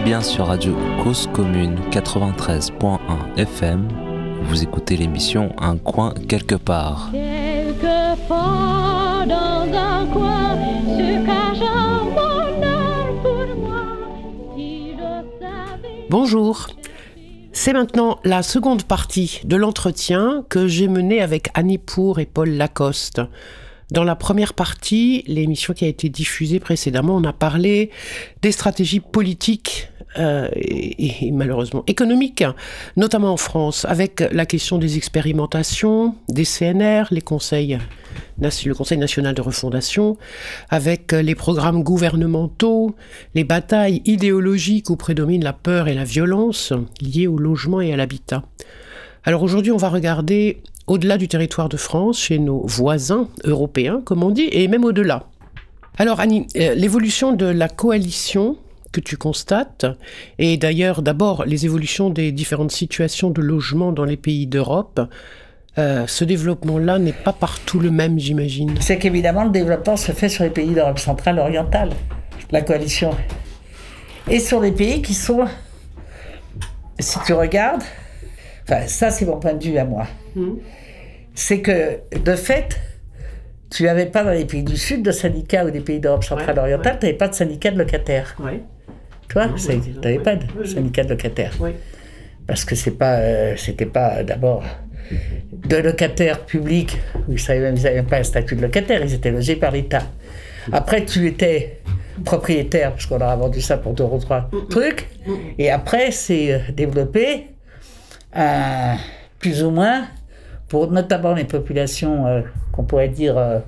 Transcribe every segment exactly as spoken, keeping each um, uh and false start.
bien sur Radio Cause Commune quatre-vingt-treize point un F M. Vous écoutez l'émission Un coin quelque part. Quelque part dans un coin se cache un bonheur pour moi. Si je savais... Bonjour. C'est maintenant la seconde partie de l'entretien que j'ai mené avec Annie Pour et Paul Lacoste. Dans la première partie, l'émission qui a été diffusée précédemment, on a parlé des stratégies politiques euh, et, et malheureusement économiques, notamment en France, avec la question des expérimentations, des C N R, les conseils, le Conseil national de refondation, avec les programmes gouvernementaux, les batailles idéologiques où prédomine la peur et la violence liées au logement et à l'habitat. Alors aujourd'hui, on va regarder au-delà du territoire de France, chez nos voisins européens, comme on dit, et même au-delà. Alors Annie, euh, l'évolution de la coalition que tu constates, et d'ailleurs d'abord les évolutions des différentes situations de logement dans les pays d'Europe, euh, ce développement-là n'est pas partout le même, j'imagine. C'est qu'évidemment le développement se fait sur les pays d'Europe centrale et orientale, la coalition. Et sur les pays qui sont, si tu regardes, enfin ça c'est mon point de vue à moi, mmh. C'est que, de fait, tu n'avais pas dans les pays du Sud de syndicats ou des pays d'Europe centrale et orientale, ouais. Tu n'avais pas de syndicats de locataires. Ouais. Tu vois, tu n'avais pas de oui, syndicats de locataires. Oui. Parce que c'est pas, euh, c'était pas d'abord de locataires publics, où ils n'avaient même, même pas un statut de locataire, ils étaient logés par l'État. Après, tu étais propriétaire, parce qu'on leur a vendu ça pour deux ou trois mmh. trucs, mmh. Et après, c'est développé euh, plus ou moins pour notamment les populations euh, qu'on pourrait dire euh,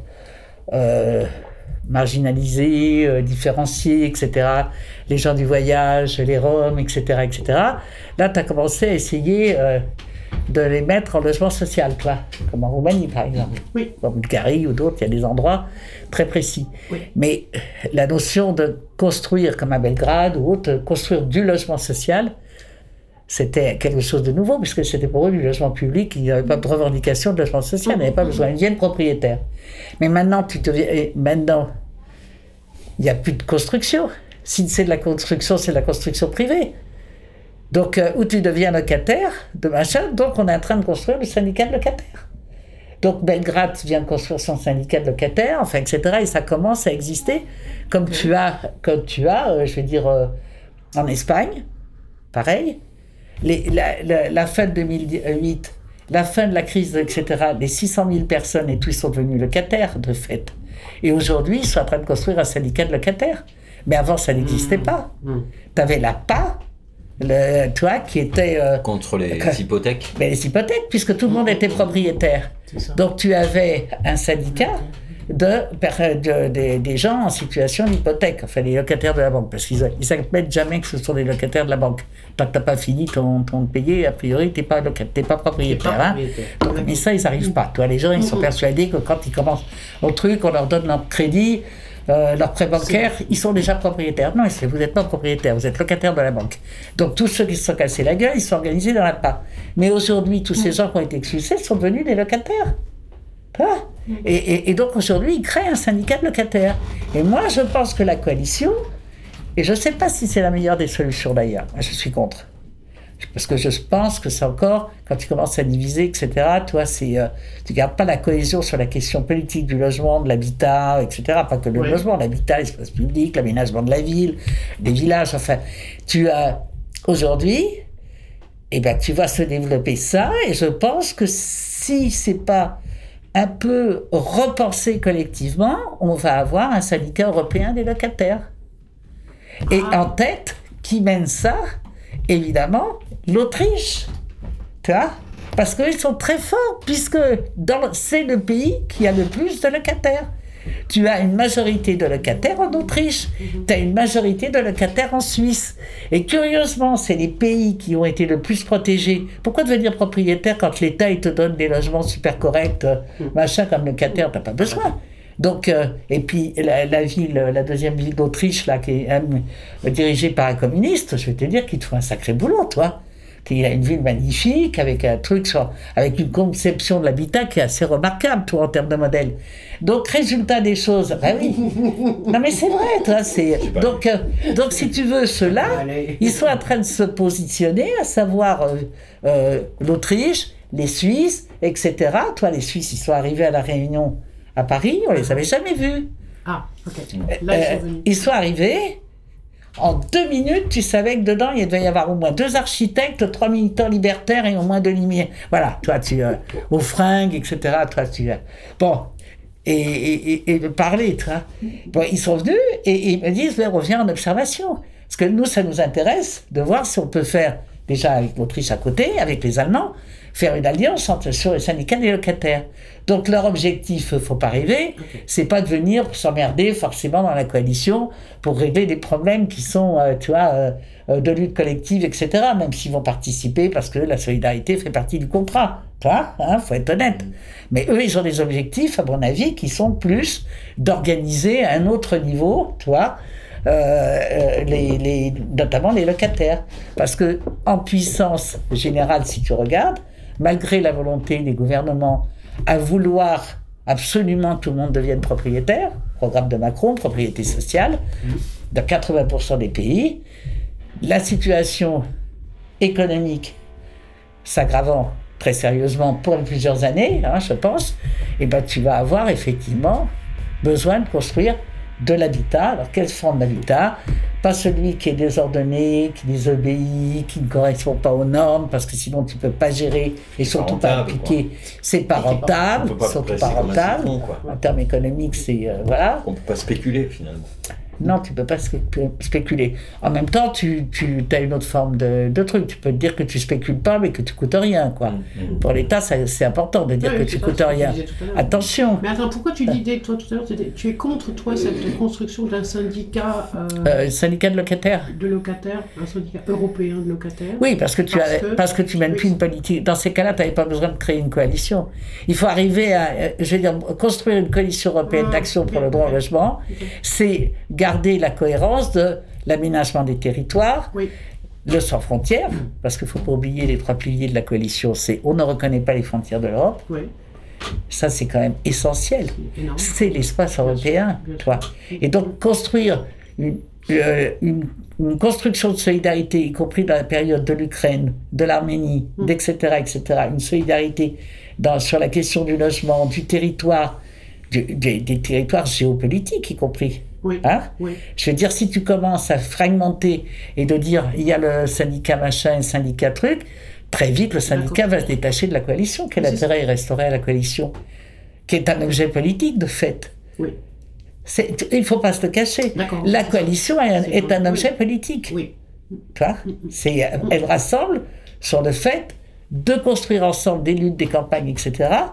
euh, marginalisées, euh, différenciées, et cetera. Les gens du voyage, les Roms, et cetera, et cetera. Là, tu as commencé à essayer euh, de les mettre en logement social, toi, comme en Roumanie, par exemple. Oui. En Bulgarie ou d'autres, il y a des endroits très précis. Oui. Mais la notion de construire, comme à Belgrade ou autre, construire du logement social, c'était quelque chose de nouveau, puisque c'était pour eux du logement public, il n'y avait pas de revendication de logement social, il n'y avait pas besoin, ils deviennent propriétaires. Mais maintenant, tu deviens, maintenant, il n'y a plus de construction. Si c'est de la construction, c'est de la construction privée. Donc, euh, où tu deviens locataire de machin, donc on est en train de construire le syndicat de locataires. Donc, Belgrade vient de construire son syndicat de locataires, enfin, et cetera, et ça commence à exister, comme oui. tu as, comme tu as euh, je vais dire, euh, en Espagne, pareil. Les, la, la, la fin de deux mille huit, la fin de la crise, et cetera, les six cent mille personnes et tous ils sont devenus locataires, de fait. Et aujourd'hui, ils sont en train de construire un syndicat de locataires. Mais avant, ça n'existait mmh. pas. Mmh. Tu avais la P A, le, toi, qui était... Euh, Contre les que, hypothèques. Mais les hypothèques, puisque tout le monde était propriétaire. Donc, tu avais un syndicat de, de, de, des gens en situation d'hypothèque, enfin, les locataires de la banque, parce qu'ils n'admettent jamais que ce sont des locataires de la banque. Tant que tu n'as pas fini ton, ton payer, a priori, tu n'es pas, pas propriétaire. Pas hein. Donc, mais ça, ils n'arrivent pas. Toi, les gens, ils sont persuadés que quand ils commencent au truc, on leur donne leur crédit, euh, leur prêt bancaire, ils sont déjà propriétaires. Non, vous n'êtes pas propriétaire, vous êtes locataire de la banque. Donc, tous ceux qui se sont cassés la gueule, ils sont organisés dans la P A. Mais aujourd'hui, tous ces gens qui ont été expulsés sont devenus des locataires. Ah. Et, et, et donc aujourd'hui, ils créent un syndicat de locataires. Et moi, je pense que la coalition, et je ne sais pas si c'est la meilleure des solutions d'ailleurs, moi je suis contre. Parce que je pense que c'est encore, quand tu commences à diviser, et cetera, toi, c'est, euh, tu ne gardes pas la cohésion sur la question politique du logement, de l'habitat, et cetera. Pas que le oui. logement, l'habitat, l'espace public, l'aménagement de la ville, des villages, enfin. Tu as, aujourd'hui, eh ben, tu vas se développer ça, et je pense que si ce n'est pas un peu repensé collectivement, on va avoir un syndicat européen des locataires. Et ah. en tête, qui mène ça, évidemment, l'Autriche. Tu vois ? Parce qu'ils sont très forts, puisque dans, c'est le pays qui a le plus de locataires. Tu as une majorité de locataires en Autriche, tu as une majorité de locataires en Suisse. Et curieusement, c'est les pays qui ont été le plus protégés. Pourquoi devenir propriétaire quand l'État il te donne des logements super corrects, machin, comme locataire, tu n'as pas besoin. Donc, euh, et puis la, la ville, la deuxième ville d'Autriche, là, qui est euh, dirigée par un communiste, je vais te dire qu'il te faut un sacré boulot, toi. Il y a une ville magnifique, avec un truc, sur, avec une conception de l'habitat qui est assez remarquable, toi, en termes de modèle. Donc, résultat des choses, ben oui. Non, mais c'est vrai, toi, c'est... Donc, euh, donc, si tu veux, ceux-là, ils sont en train de se positionner, à savoir euh, euh, l'Autriche, les Suisses, et cetera. Toi, les Suisses, ils sont arrivés à la Réunion à Paris, on les avait jamais vus. Ah, ok. Là, ils euh, sont venus. Ils sont arrivés... En deux minutes, tu savais que dedans, il devait y avoir au moins deux architectes, trois militants libertaires et au moins deux limiers. Voilà, toi, tu... Euh, aux fringues, et cetera. Toi, tu... Euh, bon, et, et, et de parler, tu vois. Bon, ils sont venus et, et ils me disent, ben, reviens en observation. Parce que nous, ça nous intéresse de voir si on peut faire, déjà avec l'Autriche à côté, avec les Allemands, faire une alliance entre, sur les syndicats des locataires. Donc leur objectif, il ne faut pas rêver, okay. C'est pas de venir s'emmerder forcément dans la coalition pour régler des problèmes qui sont, euh, tu vois, euh, de lutte collective, et cetera. Même s'ils vont participer parce que la solidarité fait partie du contrat. Tu vois, hein, faut être honnête. Mais eux, ils ont des objectifs, à mon avis, qui sont plus d'organiser à un autre niveau, tu vois, Euh, les, les, notamment les locataires. Parce que en puissance générale, si tu regardes, malgré la volonté des gouvernements à vouloir absolument que tout le monde devienne propriétaire, programme de Macron, propriété sociale, dans quatre-vingts pour cent des pays, la situation économique s'aggravant très sérieusement pour plusieurs années, hein, je pense, et ben tu vas avoir effectivement besoin de construire de l'habitat. Alors, quelle forme d'habitat? Pas celui qui est désordonné, qui désobéit, qui ne correspond pas aux normes, parce que sinon tu ne peux pas gérer et surtout pas appliquer. Quoi. C'est pas rentable, pas surtout pas rentable. Fond, en termes économiques, c'est... Euh, voilà. On ne peut pas spéculer, finalement. Non, tu ne peux pas spéculer. En même temps, tu, tu as une autre forme de, de truc. Tu peux te dire que tu ne spécules pas, mais que tu ne coûtes rien, quoi. Mmh. Pour l'État, ça, c'est important de dire oui, que tu ne coûtes rien. Attention. Mais attends, pourquoi tu disais, toi, tout à l'heure, tu es contre, toi, cette construction d'un syndicat... Euh, euh, syndicat de locataires. De locataires, un syndicat européen de locataires. Oui, parce que tu parce as, que, parce que tu mènes oui, plus une politique... Dans ces cas-là, tu n'avais pas besoin de créer une coalition. Il faut arriver à, je veux dire, construire une coalition européenne ah, d'action pour okay, le droit okay. au logement. Okay. C'est garder la cohérence de l'aménagement des territoires, oui. le sans frontières, parce qu'il ne faut pas oublier les trois piliers de la coalition, c'est on ne reconnaît pas les frontières de l'Europe. Oui. Ça, c'est quand même essentiel. C'est, c'est l'espace bien européen. Sûr, toi. Et donc, construire une, euh, une, une construction de solidarité, y compris dans la période de l'Ukraine, de l'Arménie, mm. et cetera, et cetera, une solidarité dans, sur la question du logement, du territoire, du, des, des territoires géopolitiques, y compris. Oui, hein oui. Je veux dire, si tu commences à fragmenter et de dire il y a le syndicat machin et le syndicat truc, très vite le syndicat D'accord. va se détacher de la coalition. Quel c'est intérêt ça. Il resterait à la coalition, qui est un objet politique de fait. Oui. C'est, il ne faut pas se le cacher. D'accord, la coalition est, un, est un objet oui. politique. Oui. Tu vois c'est, elle rassemble sur le fait de construire ensemble des luttes, des campagnes, et cetera,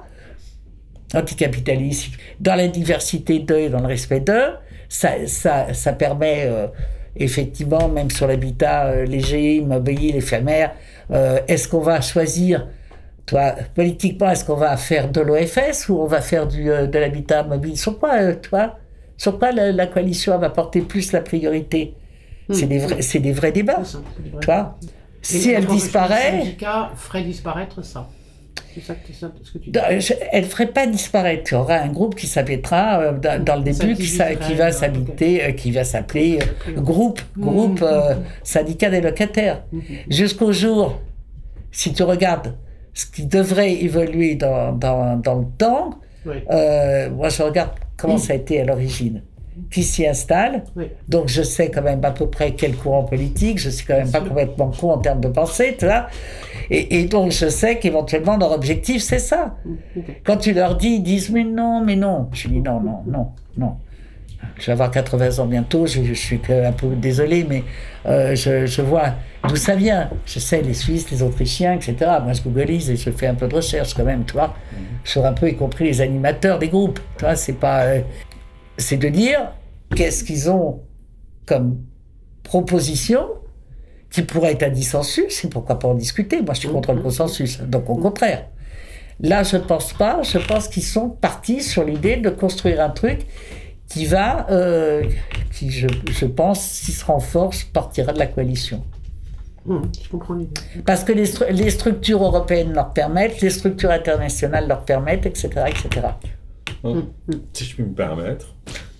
anticapitalistes, dans la diversité d'eux et dans le respect d'eux. Ça, ça, ça permet euh, effectivement, même sur l'habitat euh, léger, immobilier, l'éphémère, euh, est-ce qu'on va choisir, toi, politiquement, est-ce qu'on va faire de l'O F S ou on va faire du, euh, de l'habitat mobile? Sur quoi, euh, toi, sur quoi la, la coalition va porter plus la priorité? mmh. c'est, des vrais, c'est des vrais débats, c'est ça, c'est des vrais toi. Si elle disparaît... Le syndicat ferait disparaître ça. C'est ça, c'est ça ce que tu dis. Elle ne ferait pas disparaître. Tu auras un groupe qui s'appellera, euh, dans, dans le début, qui, qui, qui va s'habiter, euh, qui va s'appeler euh, groupe, groupe mmh, euh, mmh. syndicat des locataires. Mmh. Jusqu'au jour, si tu regardes ce qui devrait évoluer dans, dans, dans le temps, oui. euh, moi je regarde comment mmh. ça a été à l'origine. Qui s'y installe, oui. donc je sais quand même à peu près quel courant politique, je suis quand même pas complètement con en termes de pensée, tu vois, et, et donc je sais qu'éventuellement leur objectif c'est ça. Okay. Quand tu leur dis, ils disent mais non, mais non, je dis non, non, non, non. Je vais avoir quatre-vingts ans bientôt, je, je suis un peu désolé, mais euh, je, je vois d'où ça vient. Je sais les Suisses, les Autrichiens, et cetera. Moi je googleise et je fais un peu de recherche quand même, tu vois. Je suis un peu, y compris les animateurs des groupes, tu vois, c'est pas... Euh, c'est de dire qu'est-ce qu'ils ont comme proposition qui pourrait être un dissensus, et pourquoi pas en discuter. Moi, je suis contre le consensus, donc au contraire. Là, je ne pense pas, je pense qu'ils sont partis sur l'idée de construire un truc qui va, euh, qui, je, je pense, s'il se renforce, partira de la coalition. Mmh, je comprends l'idée. Parce que les, stru- les structures européennes leur permettent, les structures internationales leur permettent, et cetera, et cetera. Bon, si je puis me permettre.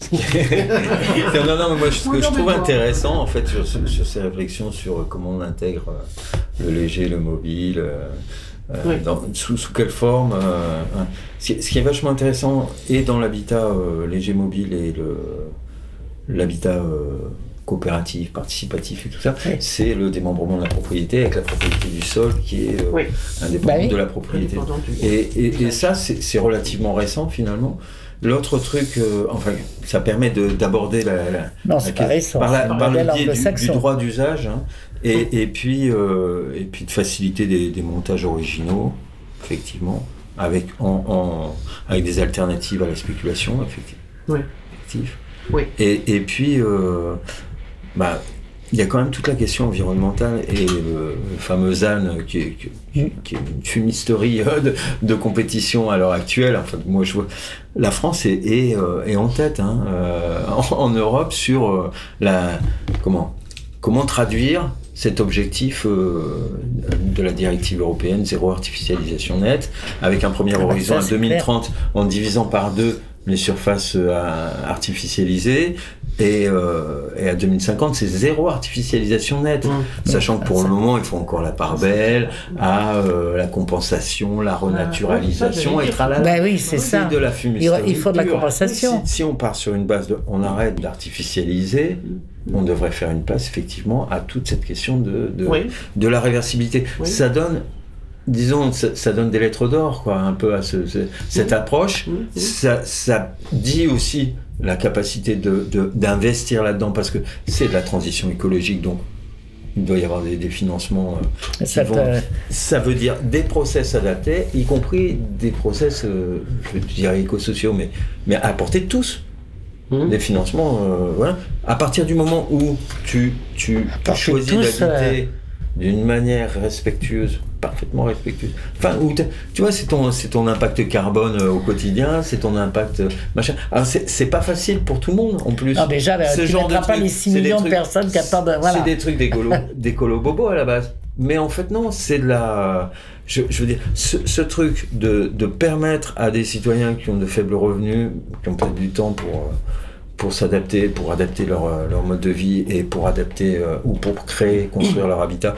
non, non, mais moi, ce que je trouve intéressant, en fait, sur, sur ces réflexions sur comment on intègre le léger, le mobile, euh, oui. dans, sous, sous quelle forme. Euh, hein. ce, qui, ce qui est vachement intéressant, et dans l'habitat euh, léger, mobile, et le, l'habitat euh, coopératif, participatif et tout ça, oui. c'est le démembrement de la propriété avec la propriété du sol qui est euh, oui. indépendante bah oui. de la propriété. Du... Et, et, et ça, c'est, c'est relativement récent finalement. L'autre truc, euh, enfin, ça permet de, d'aborder la, la, non, c'est la, pas récent, par, la, c'est par le biais du, du droit d'usage, hein, et, et, puis, euh, et puis de faciliter des, des montages originaux, effectivement, avec, en, en, avec des alternatives à la spéculation, effectivement. Oui. Effectif. Oui. Et, et puis, euh, bah, il y a quand même toute la question environnementale et le, le fameux Z A N qui est, qui, qui est une fumisterie de, de compétition à l'heure actuelle. Enfin, moi, je vois, la France est, est, est en tête hein, euh, en, en Europe sur euh, la comment comment traduire cet objectif euh, de la directive européenne zéro artificialisation nette avec un premier ah horizon bah ça, à deux mille trente clair. En divisant par deux les surfaces euh, artificialisées. Et, euh, et à deux mille cinquante, c'est zéro artificialisation nette. Mmh. Sachant que pour le moment, il faut encore la part belle à euh, la compensation, la renaturalisation, et tralala. Ben oui, c'est ça. De la fumisterie. Il faut de la compensation. Si, si on part sur une base de, on arrête d'artificialiser, on devrait faire une place effectivement à toute cette question de de, oui. de la réversibilité. Oui. Ça donne. Disons, ça, ça donne des lettres d'or, quoi, un peu à ce, ce, cette approche. Mmh. Ça, ça dit aussi la capacité de, de, d'investir là-dedans, parce que c'est de la transition écologique, donc il doit y avoir des, des financements euh, qui vont... Te... Ça veut dire des process adaptés, y compris des process, euh, je dirais éco-sociaux, mais, mais à portée de tous. Mmh. Des financements, euh, voilà. À partir du moment où tu, tu, tu choisis tous, d'habiter... Euh... d'une manière respectueuse, parfaitement respectueuse. Enfin, où tu vois, c'est ton, c'est ton impact carbone euh, au quotidien, c'est ton impact euh, machin. Alors, c'est, c'est pas facile pour tout le monde, en plus. Non, déjà, ce tu genre de pas trucs, les six millions de personnes qui attendent... Voilà. C'est des trucs d'écolo, d'écolo bobo à la base. Mais en fait, non, c'est de la... Je, je veux dire, ce, ce truc de, de permettre à des citoyens qui ont de faibles revenus, qui ont peut-être du temps pour... Euh, pour s'adapter, pour adapter leur, leur mode de vie et pour adapter euh, ou pour créer, construire leur habitat.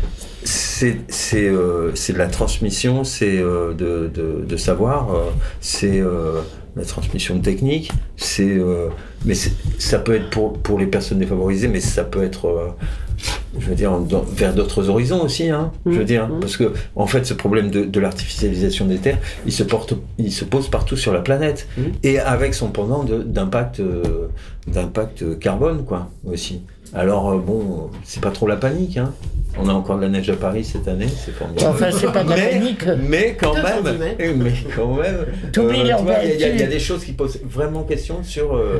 C'est, c'est, euh, c'est de la transmission, c'est euh, de, de, de savoir, euh, c'est euh, la transmission de technique, c'est, euh, mais c'est, ça peut être pour, pour les personnes défavorisées, mais ça peut être... Euh, je veux dire, dans, vers d'autres horizons aussi, hein, mmh, je veux dire, mmh. parce que, en fait, ce problème de, de l'artificialisation des terres, il se, porte, il se pose partout sur la planète, mmh. et avec son pendant de, d'impact, euh, d'impact carbone, quoi, aussi. Alors, euh, bon, c'est pas trop la panique, hein. On a encore de la neige à Paris cette année, c'est formidable. Enfin, c'est pas de la mais, panique. Mais quand même, mais quand même, il euh, y, y, y a des choses qui posent vraiment question sur... Euh,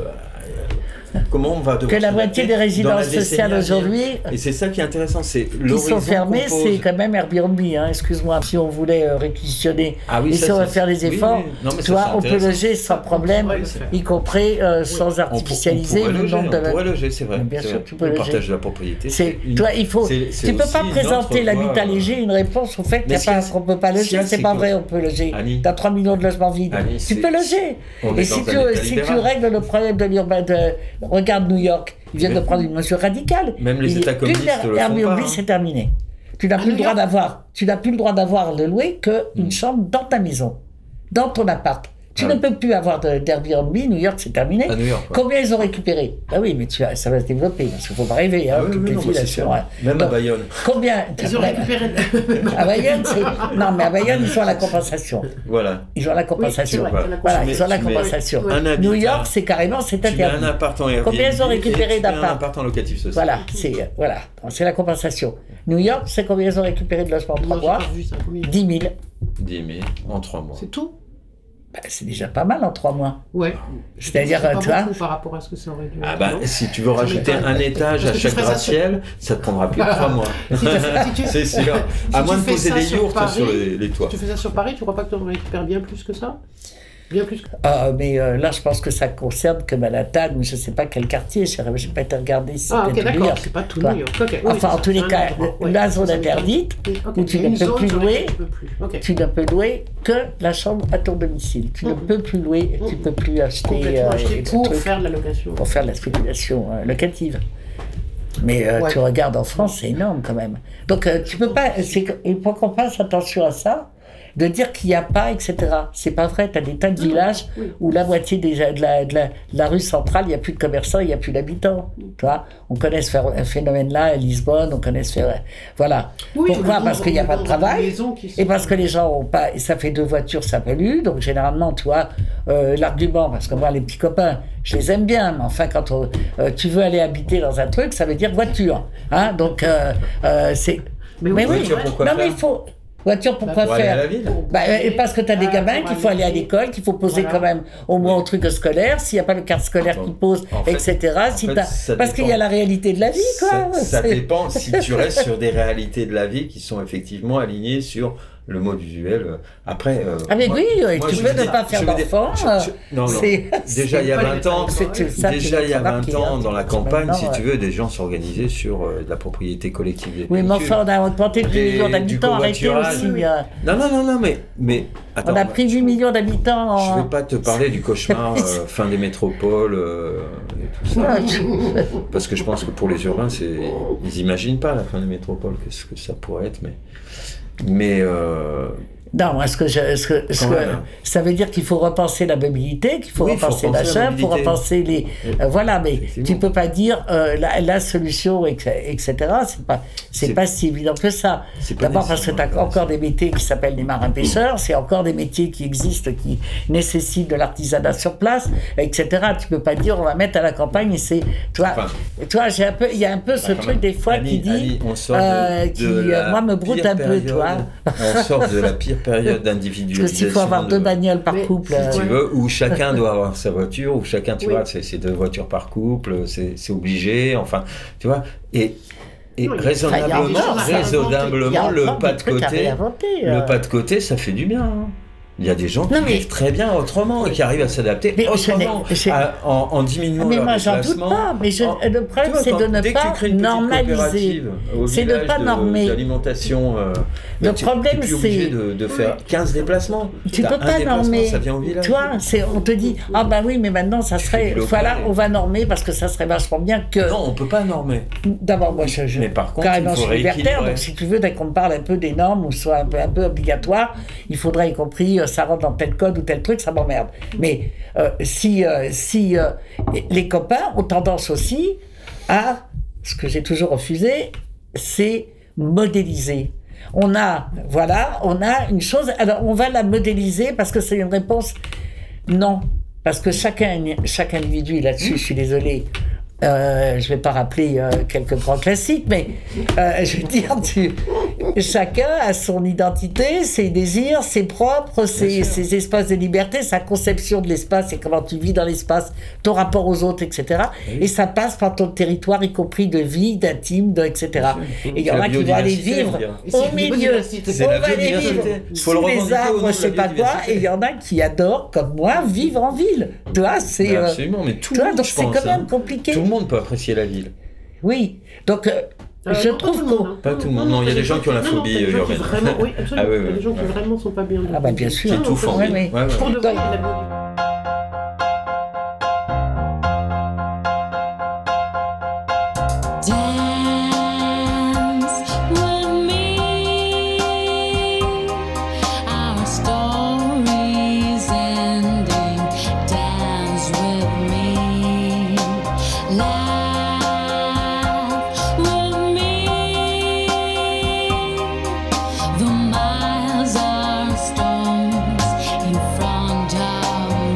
comment on va que la moitié des résidences sociales aujourd'hui, et c'est ça qui est intéressant, c'est qui sont fermées, c'est quand même Airbnb, hein, excuse-moi, si on voulait euh, réquisitionner, ah oui, et ça, si on va faire des efforts, oui, oui. Non, toi, ça, on peut loger sans problème, y compris euh, oui. sans artificialiser on, on le loger, nombre de... On pourrait loger, c'est vrai. Bien c'est sûr, vrai. tu peux le loger. Partage de la propriété. C'est, c'est toi, il faut... C'est, c'est tu peux pas présenter l'habitat léger une réponse au fait qu'on peut pas loger, c'est pas vrai, on peut loger. T'as trois millions de logements vides, tu peux loger. Et si tu règles le problème de l'urbain, regarde New York, ils viennent de prendre une mesure radicale. Même les États communistes le font pas. Airbnb, c'est terminé. Tu n'as plus le droit d'avoir, tu n'as plus le droit d'avoir le louer qu'une chambre dans ta maison, dans ton appart. Tu ah. ne peux plus avoir de, d'Airbnb. New York, c'est terminé. À New York, ouais. Combien ils ont récupéré? Ah oui, mais tu as, ça va se développer. Parce qu'il ne faut pas rêver. Hein, ah oui, toutes oui, les non, villes, c'est sûr. Ouais. Même donc, à Bayonne. Combien ils ont récupéré. À Bayonne, c'est... non, mais à Bayonne, ils ont la compensation. Voilà. Ils ont la compensation. Oui, vrai, voilà, mets, ils ont la compensation. Ouais. New York, c'est carrément, c'est interdit. Tu mets un appart en Airbnb. Combien ils ont récupéré d'appart? Un appart en locatif social. Voilà, c'est voilà, c'est la compensation. New York, c'est combien ils ont récupéré de logements en trois mois? dix mille. dix mille en trois mois. C'est tout? Bah, c'est déjà pas mal en trois mois. Ouais. C'est-à-dire, c'est pas tu vois. Par rapport à ce que ça aurait dû. Ah bah, non si tu veux rajouter un étage à chaque gratte-ciel, ça te prendra plus de trois mois. Si tu, si tu, c'est sûr. Si à moins de poser des yourtes sur les, les toits. Si tu fais ça sur Paris, tu crois pas que tu en récupères bien plus que ça? Bien plus que... Ah, mais euh, là, je pense que ça concerne que Manhattan, ou je ne sais pas quel quartier, je n'ai pas été regarder si Ah, c'était ok, New d'accord, York. c'est pas tout Quoi. New York. Okay, oui, Enfin, en tous les cas, ouais, la zone ça, interdite, okay, où tu une ne peux zone plus sur louer, laquelle tu peux plus. Okay. tu ne peux louer que la chambre à ton domicile. Tu Mhm. ne peux plus louer, tu ne peux plus acheter, Complètement euh, acheté ce pour truc, faire de la location. pour faire de la spéculation euh, locative. Mais euh, Ouais. tu regardes en France, c'est énorme quand même. Donc euh, tu peux pas, c'est, il faut qu'on fasse attention à ça, de dire qu'il n'y a pas, et cetera. C'est pas vrai, tu as des tas de villages oui. où la moitié des, de, la, de, la, de la rue centrale, il n'y a plus de commerçants, il n'y a plus d'habitants. Tu vois, on connaît ce phénomène-là à Lisbonne, on connaît ce phénomène. Voilà. Oui, Pourquoi ? on Parce qu'il n'y a dans- pas de dans travail. des maisons qui sont- Et parce que les gens ont pas, et ça fait deux voitures, ça pollue, donc généralement, tu vois, euh, l'argument, parce que moi, les petits copains, je les aime bien, mais enfin, quand on, euh, tu veux aller habiter dans un truc, ça veut dire voiture, hein, donc, euh, euh, c'est... Mais oui, oui, voiture, pourquoi non, faire mais il faut... Voiture, pourquoi Pour aller faire à la ville. bah, et parce que tu as des Ah, gamins pour qu'il faut aller à aller- l'école, qu'il faut poser Voilà. quand même au moins au truc scolaire, s'il n'y a pas le carte scolaire Attends, qui pose, en fait- et cetera. Si en fait, t'as- ça parce qu'il y a dépend. la réalité de la vie, quoi. Ça, ça C'est- dépend si tu restes sur des réalités de la vie qui sont effectivement alignées sur le mode usuel. Après, euh, Ah mais moi- oui, moi, tu je veux dis- ne pas faire je veux dire- d'enfant, je- euh, je- Non, non. c'est- Déjà, il y a pas les vingt ans, détails, c'est- ça, tu déjà l'as il y a vingt remarqué, ans, hein, dans la c'est campagne, si maintenant, tu veux, des gens s'organisaient sur euh, de la propriété collective des Oui, mais véhicules. enfin, on a augmenté de Des- huit millions du d'habitants, arrêtez covoiturage. aussi. euh, Non, non, non, non, mais, mais attends, on a pris huit millions d'habitants je en... ne vais pas te parler du cauchemar euh, fin des métropoles euh, et tout ça. Ouais, tu- Parce que je pense que pour les urbains, c'est... ils n'imaginent pas la fin des métropoles, qu'est-ce que ça pourrait être. Mais, mais euh, Non, moi, ce que je, ce que, ce Quand que- même. ça veut dire qu'il faut repenser la mobilité, qu'il faut Oui, il faut repenser repenser la l'achat, il faut mobilité. repenser les. euh, voilà, mais Effectivement. tu peux pas dire euh, la, la solution, et cetera. C'est pas, c'est C'est- pas si évident que ça. c'est pas D'abord parce que tu as nécessairement encore des métiers qui s'appellent des marins-pêcheurs, c'est encore des métiers qui existent, qui nécessitent de l'artisanat sur place, et cetera. Tu peux pas dire on va mettre à la campagne et c'est. Tu vois, Enfin, tu vois, j'ai un peu, il y a un peu ce Bah, quand truc même. des fois Annie, qui dit. Annie, on sort de, euh, de qui, euh, la moi, me broute pire un peu, tu vois. période- On sort de la pire période Parce d'individualisation. qu'il faut avoir de- deux bagnoles par Mais- couple. si euh, tu Ouais. veux, où chacun doit avoir sa voiture, où chacun, tu Oui. vois, c'est, c'est deux voitures par couple, c'est, c'est obligé, enfin, tu vois, et, et Non, il y a- raisonnablement, enfin, il y a des choses à Il y a raisonnablement, le encore pas des de trucs à côté, réinventer, euh. le pas de côté, ça fait du bien. hein. Il y a des gens qui Non, mais- vivent très bien autrement et qui arrivent à s'adapter Mais je autrement, n'ai- je- à- en, en diminuant Ah, mais leur moi, j'en doute déplacement. pas. Mais je- En- le problème, tu vois, c'est quand- de ne dès que tu pas crées une petite normaliser. coopérative au C'est de village pas normer. d'alimentation, euh, Le bah, tu- problème, t'es plus obligé c'est- de, de faire quinze déplacements. Tu T'as peux un pas déplacement, normer. Ça vient au village. Tu vois, c'est, on te dit, ah bah oui, mais maintenant, ça Tu fais serait. du local. Voilà, on va normer parce que ça serait vachement bien que. Non, on peut pas normer. D'abord, moi, je, je Mais par contre, carrément, il faut je suis libertaire, rééquilibrer. donc si tu veux, dès qu'on me parle un peu des normes ou soit un peu, un peu obligatoire, il faudrait, y compris, euh, ça rentre dans tel code ou tel truc, ça m'emmerde. Mais euh, si, euh, si euh, les copains ont tendance aussi à, ce que j'ai toujours refusé, c'est modéliser. On a, voilà, on a une chose, alors on va la modéliser parce que c'est une réponse non. Parce que chacun, chaque individu, là-dessus, je suis désolé, euh, je ne vais pas rappeler euh, quelques grands classiques, mais euh, je veux dire, tu, chacun a son identité, ses désirs, ses propres, ses, ses espaces de liberté, sa conception de l'espace et comment tu vis dans l'espace, ton rapport aux autres, et cetera. Oui. Et ça passe par ton territoire, y compris de vie, d'intime, de, et cetera. Et il y en C'est la a qui vont aller biodiversité, vivre on dirait. Et c'est au la milieu, biodiversité. C'est on la va aller biodiversité. vivre Faut sous le les revendiquer au arbres, nom je de sais la pas quoi, biodiversité. et il y en a qui adorent, comme moi, vivre en ville. Tu vois, c'est... Mais euh, absolument, mais tout tu le vois, monde, donc je c'est pense. quand même hein. compliqué. Tout le monde peut apprécier la ville. Oui, donc euh, Euh, je non, trouve pas tout le qu'on... monde, hein. Pas tout le monde. Non, il y a des gens qui ont la non, non, phobie t'as des gens qui urbaine. vraiment- Oui, absolument. Ah oui, Il y a oui, des gens qui ouais. vraiment sont pas bien. Ah bah bien sûr. Qui étouffent en Oui, ville. oui. Ouais, ouais. Pour de vrai, Donc- il y a la- Dance with me. Our story's ending. Dance with me. Laugh with me. The miles are stones in front of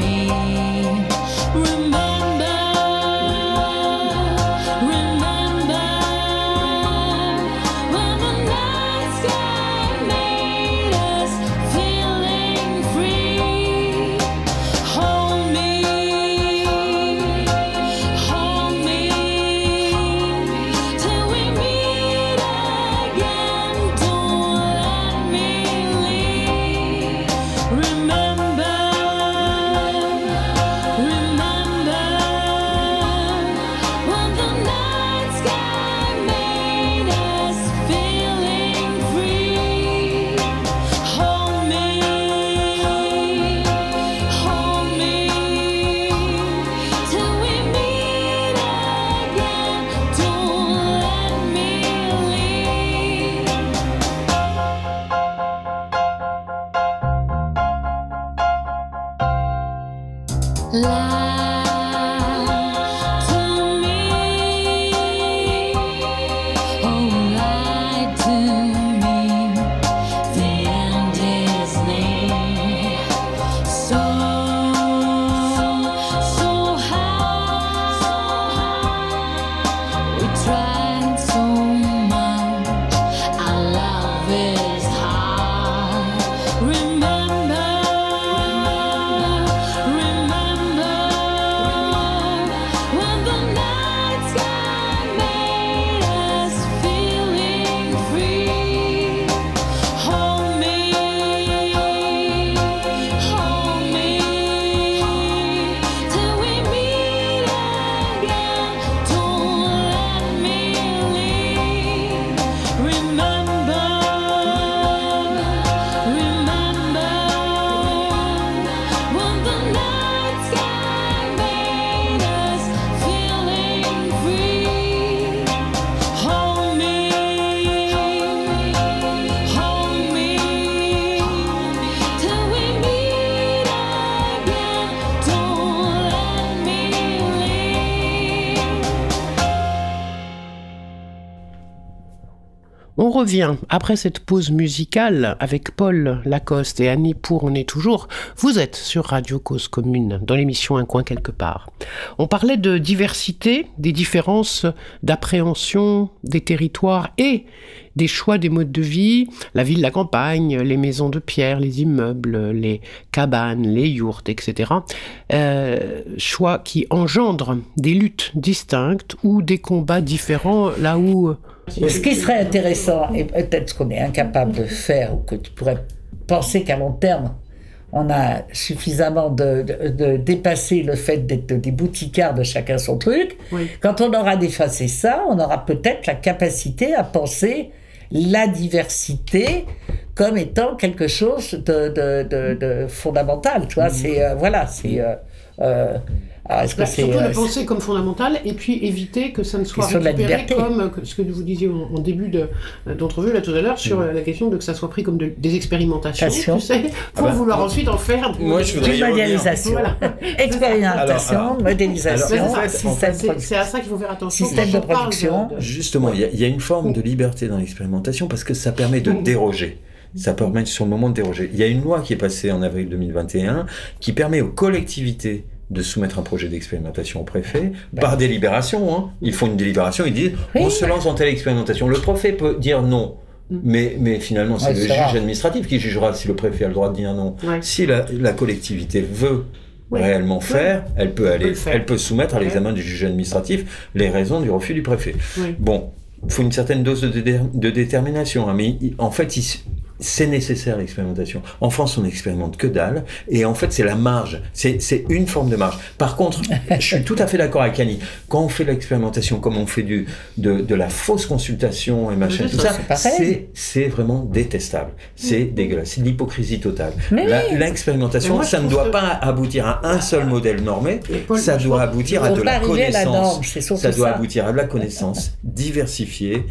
On revient après cette pause musicale avec Paul Lacoste et Annie Pour, on est toujours. Vous êtes sur Radio Cause Commune, dans l'émission Un coin quelque part. On parlait de diversité, des différences d'appréhension des territoires et des choix des modes de vie, la ville, la campagne, les maisons de pierre, les immeubles, les cabanes, les yourtes, et cetera. Euh, choix qui engendrent des luttes distinctes ou des combats différents, là où... Ce qui serait intéressant, et peut-être ce qu'on est incapable de faire, ou que tu pourrais penser qu'à long terme, on a suffisamment de, de, de dépasser le fait d'être des bouticards de chacun son truc. Oui. Quand on aura dépassé ça, on aura peut-être la capacité à penser la diversité comme étant quelque chose de, de, de, de fondamental. Tu vois, mmh. c'est euh, voilà, c'est. Euh, euh, Alors, est-ce que bah, c'est, surtout euh, le penser comme fondamental et puis éviter que ça ne soit récupéré comme ce que vous disiez en, en début de, d'entrevue là tout à l'heure sur mmh. la question de que ça soit pris comme de, des expérimentations, tu sais, pour ah bah, vouloir ensuite en faire de, moi, je voudrais de modélisation, voilà. expérimentation, alors, alors, modélisation, alors, en fait, système en fait, c'est, c'est à ça qu'il faut faire attention. Système de production. De, de... Justement, il y, y a une forme de liberté dans l'expérimentation parce que ça permet de mmh. déroger. Ça permet sur le moment de déroger. Il y a une loi qui est passée en avril deux mille vingt et un qui permet aux collectivités de soumettre un projet d'expérimentation au préfet, ben, par délibération. Hein. Ils font une délibération, ils disent oui. on se lance dans telle expérimentation. Le préfet peut dire non, mais, mais finalement c'est ouais, le c'est juge rare. administratif qui jugera si le préfet a le droit de dire non. Ouais. Si la, la collectivité veut ouais. réellement ouais. faire, elle peut aller, peut elle peut soumettre à l'examen ouais. du juge administratif les raisons du refus du préfet. Ouais. Bon, il faut une certaine dose de, dé- de détermination, hein, mais il, en fait, il, c'est nécessaire l'expérimentation. En France, on n'expérimente que dalle, et en fait, c'est la marge. C'est, c'est une forme de marge. Par contre, je suis tout à fait d'accord avec Annie. Quand on fait l'expérimentation, comme on fait du, de, de la fausse consultation et machin, tout ça, c'est, c'est, c'est vraiment détestable. C'est mmh. dégueulasse. C'est de l'hypocrisie totale. La, oui. L'expérimentation, moi, ça ne doit que... pas aboutir à un seul modèle normé. Paul, ça doit aboutir à de la connaissance. Ça doit aboutir à de la connaissance diversifiée.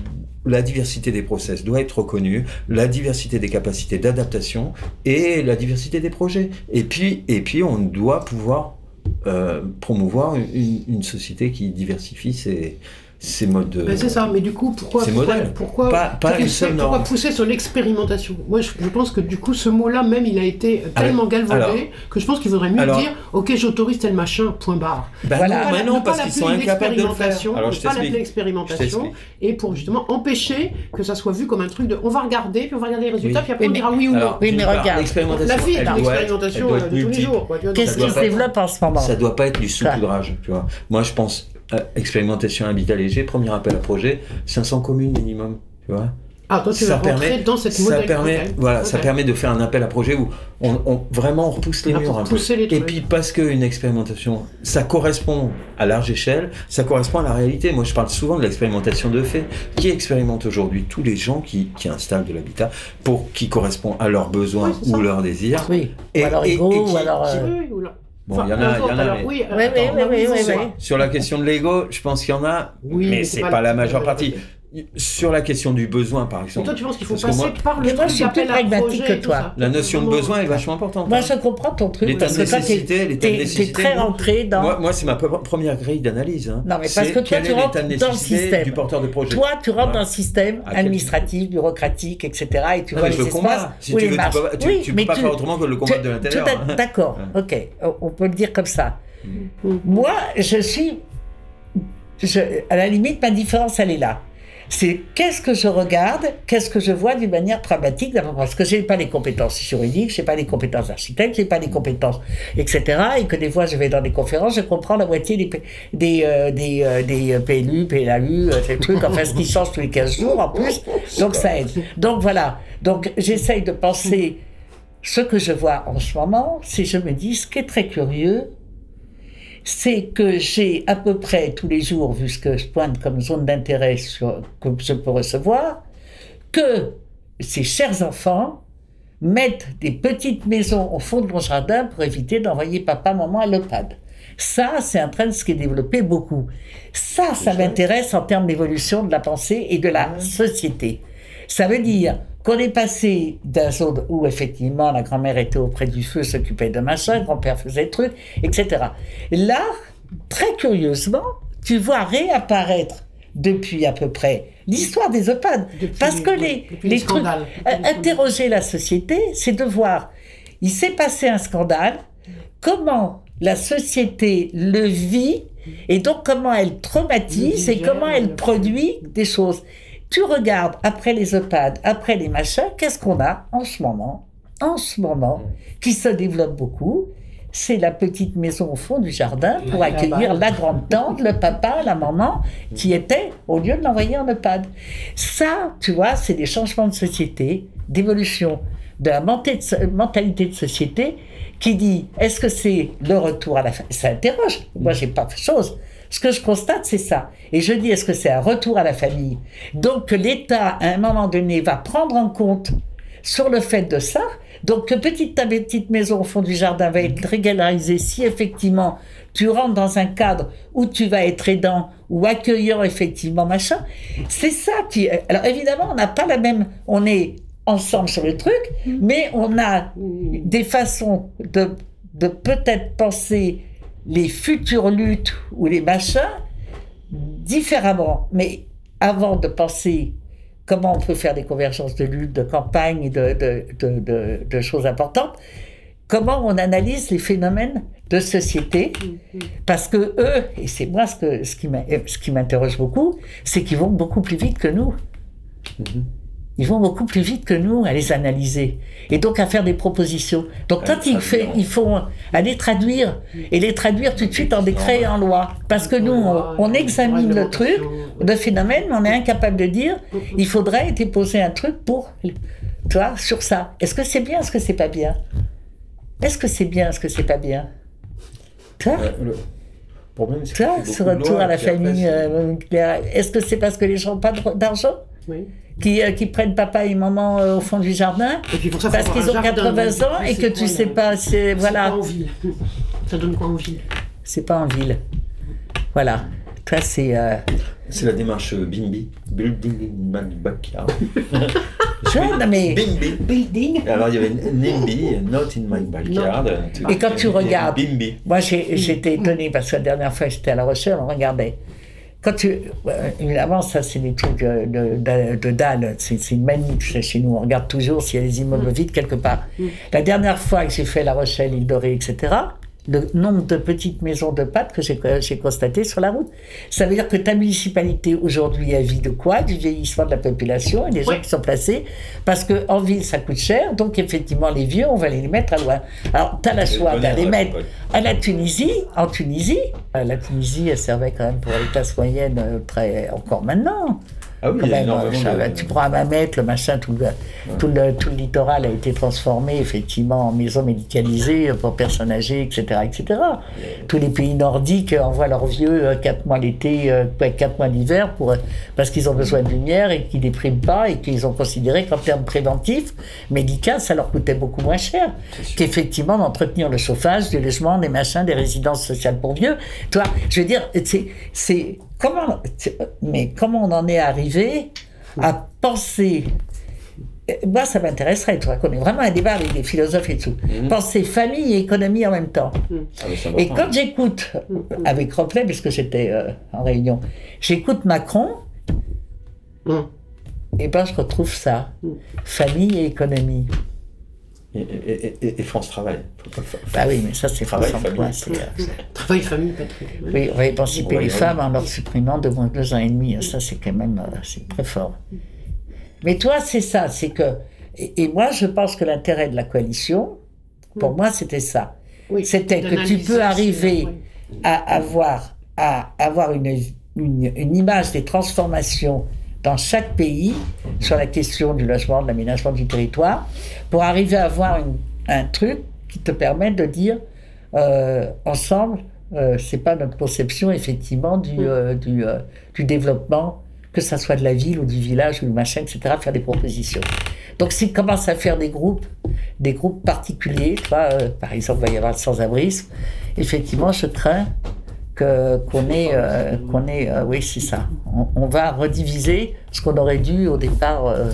La diversité des process doit être reconnue, la diversité des capacités d'adaptation et la diversité des projets. Et puis, et puis on doit pouvoir euh, promouvoir une, une société qui diversifie ses, ses modes de... Ben c'est ça, mais du coup, pourquoi, pourquoi, pourquoi, pas, pas une seule pourquoi pousser sur l'expérimentation ? Moi, je, je pense que du coup, ce mot-là même, il a été tellement alors, galvaudé alors, que je pense qu'il vaudrait mieux alors, dire « Ok, j'autorise tel machin, point barre ». Ben voilà. Non, mais non, parce qu'ils sont incapables de le faire. Alors, je ne pas l'appeler expérimentation, et pour justement empêcher que ça soit vu comme un truc de « on va regarder, puis on va regarder les résultats, oui. puis après on dira oui ou non ». Oui, mais regarde, la vie est une expérimentation de tous les jours. Qu'est-ce qui se développe en ce moment ? Ça ne doit pas être du saupoudrage, tu vois. Moi, je pense... Euh, expérimentation habitat léger, premier appel à projet, cinq cents communes minimum, tu vois. Ah, toi tu vas rentrer dans cette modèle. Ça permet, okay. voilà, okay. ça permet de faire un appel à projet où on, on vraiment on repousse les murs un peu. Les Et puis parce qu'une expérimentation, ça correspond à large échelle, ça correspond à la réalité. Moi, je parle souvent de l'expérimentation de fait. Qui expérimente aujourd'hui tous les gens qui, qui installent de l'habitat pour qui correspond à leurs besoins oui, ou leurs désirs. Oui. Et, ou alors ego, et, et qui, ou alors. Qui, euh... Bon, il enfin, y en a, il y en a. Mais... Oui, oui, oui, oui, oui, oui. Sur la question de l'ego, je pense qu'il y en a, oui, mais, mais c'est, c'est pas, pas la majeure partie. Sur la question du besoin, par exemple. Et toi, tu penses qu'il faut Parce que passer moi, par le moi, je suis truc plus d'appel à pragmatique projet que et tout toi. ça. la notion de Comment- besoin est vachement importante. Moi, hein. je comprends ton truc. L'état parce de que toi, nécessité, t'es- l'état de t'es- nécessité. t'es très rentré dans... Moi, moi, c'est ma pre- première grille d'analyse. Hein. Non, mais parce C'est que toi, quel tu est rentres l'état de dans le nécessité système. du porteur de projet. Toi, tu rentres Voilà. dans le système À quel- administratif, bureaucratique, et cetera. Et tu Non, vois mais je les le espaces combats. Si où tu les veux, tu marches. peux, pas- tu, Oui, tu peux mais pas tu- faire autrement que le combattre tu- de l'intérieur. tout à- D'accord, ok, on- on peut le dire comme ça. Moi, je suis... je- à la limite, ma différence, elle est là. C'est qu'est-ce que je regarde, qu'est-ce que je vois d'une manière pragmatique, d'abord parce que je n'ai pas les compétences juridiques, je n'ai pas les compétences d'architecte, je n'ai pas les compétences, et cetera. Et que des fois, je vais dans des conférences, je comprends la moitié des, P- des, euh, des, euh, des P L U, P L A U, euh, ces trucs, enfin, ce qui change tous les quinze jours en plus. Donc, ça aide. Donc, voilà. Donc, j'essaye de penser ce que je vois en ce moment, c'est je me dis, ce qui est très curieux, c'est que j'ai à peu près tous les jours, vu ce que je pointe comme zone d'intérêt sur, que je peux recevoir, que ces chers enfants mettent des petites maisons au fond de mon jardin pour éviter d'envoyer papa, maman à l'EHPAD. Ça, c'est un train de ce qui est développé beaucoup. Ça, ça m'intéresse en termes d'évolution de la pensée et de la société. Ça veut dire qu'on est passé d'un zone où effectivement la grand-mère était auprès du feu, s'occupait de machin, le grand-père faisait des trucs, et cetera. Là, très curieusement, tu vois réapparaître depuis à peu près l'histoire des EHPAD. Depuis Parce que les- les, depuis les les trucs, scandales. euh, interroger la société, c'est de voir, il s'est passé un scandale, comment la société le vit, et donc comment elle traumatise, Le et digère, comment elle le- produit des choses. Tu regardes après les EHPAD, après les machins, qu'est-ce qu'on a en ce moment, en ce moment, qui se développe beaucoup, c'est la petite maison au fond du jardin pour La accueillir cabane. la grande-tante, le papa, la maman, qui était, au lieu de l'envoyer en EHPAD. Ça, tu vois, c'est des changements de société, d'évolution, de la menté- de- mentalité de société qui dit, est-ce que c'est le retour à la famille? Ça interroge. Moi, j'ai pas fait chose. Ce que je constate, c'est ça. Et je dis, est-ce que c'est un retour à la famille? Donc, que l'État, à un moment donné, va prendre en compte sur le fait de ça. Donc, que petite, ta petite maison au fond du jardin va être régularisée si effectivement tu rentres dans un cadre où tu vas être aidant ou accueillant effectivement machin. C'est ça qui. Alors, évidemment, on n'a pas la même. On est ensemble sur le truc, mais on a des façons de, de peut-être penser les futures luttes ou les machins différemment. Mais avant de penser comment on peut faire des convergences de lutte, de campagne, de, de, de, de, de choses importantes, comment on analyse les phénomènes de société, parce que eux, et c'est moi ce, que, ce qui m'a- ce qui m'interroge beaucoup, c'est qu'ils vont beaucoup plus vite que nous. Ils vont beaucoup plus vite que nous à les analyser et donc à faire des propositions. Donc quand ils, fait, ils font aller traduire et les traduire tout de suite en décret et en loi, parce que nous on, on examine le truc, le phénomène, mais on est incapable de dire il faudrait déposer un truc pour, tu vois, sur ça. Est-ce que c'est bien, est-ce que c'est pas bien? Est-ce que c'est bien, est-ce que c'est pas bien? Tu vois? Ouais, le problème, c'est Tu vois, qu'il y a ce beaucoup de retour lois, à la puis après, famille c'est- euh, nucléaire, est-ce que c'est parce que les gens n'ont pas de- d'argent Oui. qui, euh, qui prennent papa et maman euh, au fond du jardin Et puis pour ça, faut parce avoir qu'ils un ont jardin, quatre-vingts donc, ans et c'est que quoi, tu sais là pas, c'est C'est voilà, pas en ville. Ça donne quoi en ville? c'est pas en ville. Voilà. Toi, c'est. Euh... C'est la démarche euh, Bimbi. Building in my backyard. je- non, mais. Bimbi. Building. Alors il y avait NIMBY, Not in my backyard. Et quand tu regardes- Bimbi. Moi, j'ai- j'étais étonnée parce que la dernière fois, j'étais à La Rochelle, on regardait. Quand tu. euh, Évidemment, ça, c'est des trucs euh, de, de, de dalle. C'est c'est une manie tu sais, chez nous. On regarde toujours s'il y a des immeubles vides quelque part. La dernière fois que j'ai fait La Rochelle, Île Dorée, et cetera, le nombre de petites maisons de pâtes que j'ai j'ai constaté sur la route. Ça veut dire que ta municipalité, aujourd'hui, a vie de quoi? Du vieillissement de la population et des gens Oui. qui sont placés. Parce qu'en ville, ça coûte cher. Donc, effectivement, les vieux, on va les mettre à loin. Alors, tu as la choix donner d'aller un mettre rêve, à la Tunisie. En Tunisie, euh, la Tunisie, elle servait quand même pour les classes moyennes euh, très, encore maintenant. Ah oui, Quand il y a même, énormément ça de- va, tu prends à Mamet, le machin, tout le, tout, le, tout le littoral a été transformé effectivement en maison médicalisée pour personnes âgées, et cetera, et cetera. Tous les pays nordiques envoient leurs vieux euh, quatre mois l'été, euh, ouais, quatre mois l'hiver, pour, euh, parce qu'ils ont besoin de lumière et qu'ils ne dépriment pas et qu'ils ont considéré qu'en termes préventifs, médicaux, ça leur coûtait beaucoup moins cher qu'effectivement d'entretenir le chauffage, du logement, des machins, des résidences sociales pour vieux. Tu vois, je veux dire, c'est... c'est comment, mais comment on en est arrivé à penser... Moi, ça m'intéresserait, tu vois, qu'on ait vraiment un débat avec des philosophes et tout. Mmh. Penser famille et économie en même temps. Mmh. Ah, et quand j'écoute, mmh. avec Ropley, parce que j'étais euh, en réunion, j'écoute Macron, mmh. et ben je retrouve ça. Mmh. Famille et économie. Et, et, et, et France Travail. Bah oui, mais ça, c'est Travail, France famille. C'est, c'est... Travail, famille, Patrick. Oui, on va émanciper les femmes en leur supprimant de moins de deux ans et demi. Ça, c'est quand même euh, c'est très fort. Mais toi, c'est ça, c'est que... Et, et moi, je pense que l'intérêt de la coalition, pour oui. moi, c'était ça. Oui, c'était que tu peux arriver oui. à avoir, à avoir une, une, une image des transformations dans chaque pays sur la question du logement, de l'aménagement du territoire, pour arriver à avoir une, un truc qui te permette de dire, euh, ensemble, euh, c'est pas notre conception, effectivement, du, oui. euh, du, euh, du développement, que ça soit de la ville ou du village ou du machin, et cetera, faire des propositions. Donc, s'ils commencent à faire des groupes, des groupes particuliers, tu vois, euh, par exemple, il va y avoir le sans-abrisme, effectivement, je crains que, qu'on ait, euh, qu'on ait euh, oui, c'est ça. On, on va rediviser ce qu'on aurait dû au départ. Euh...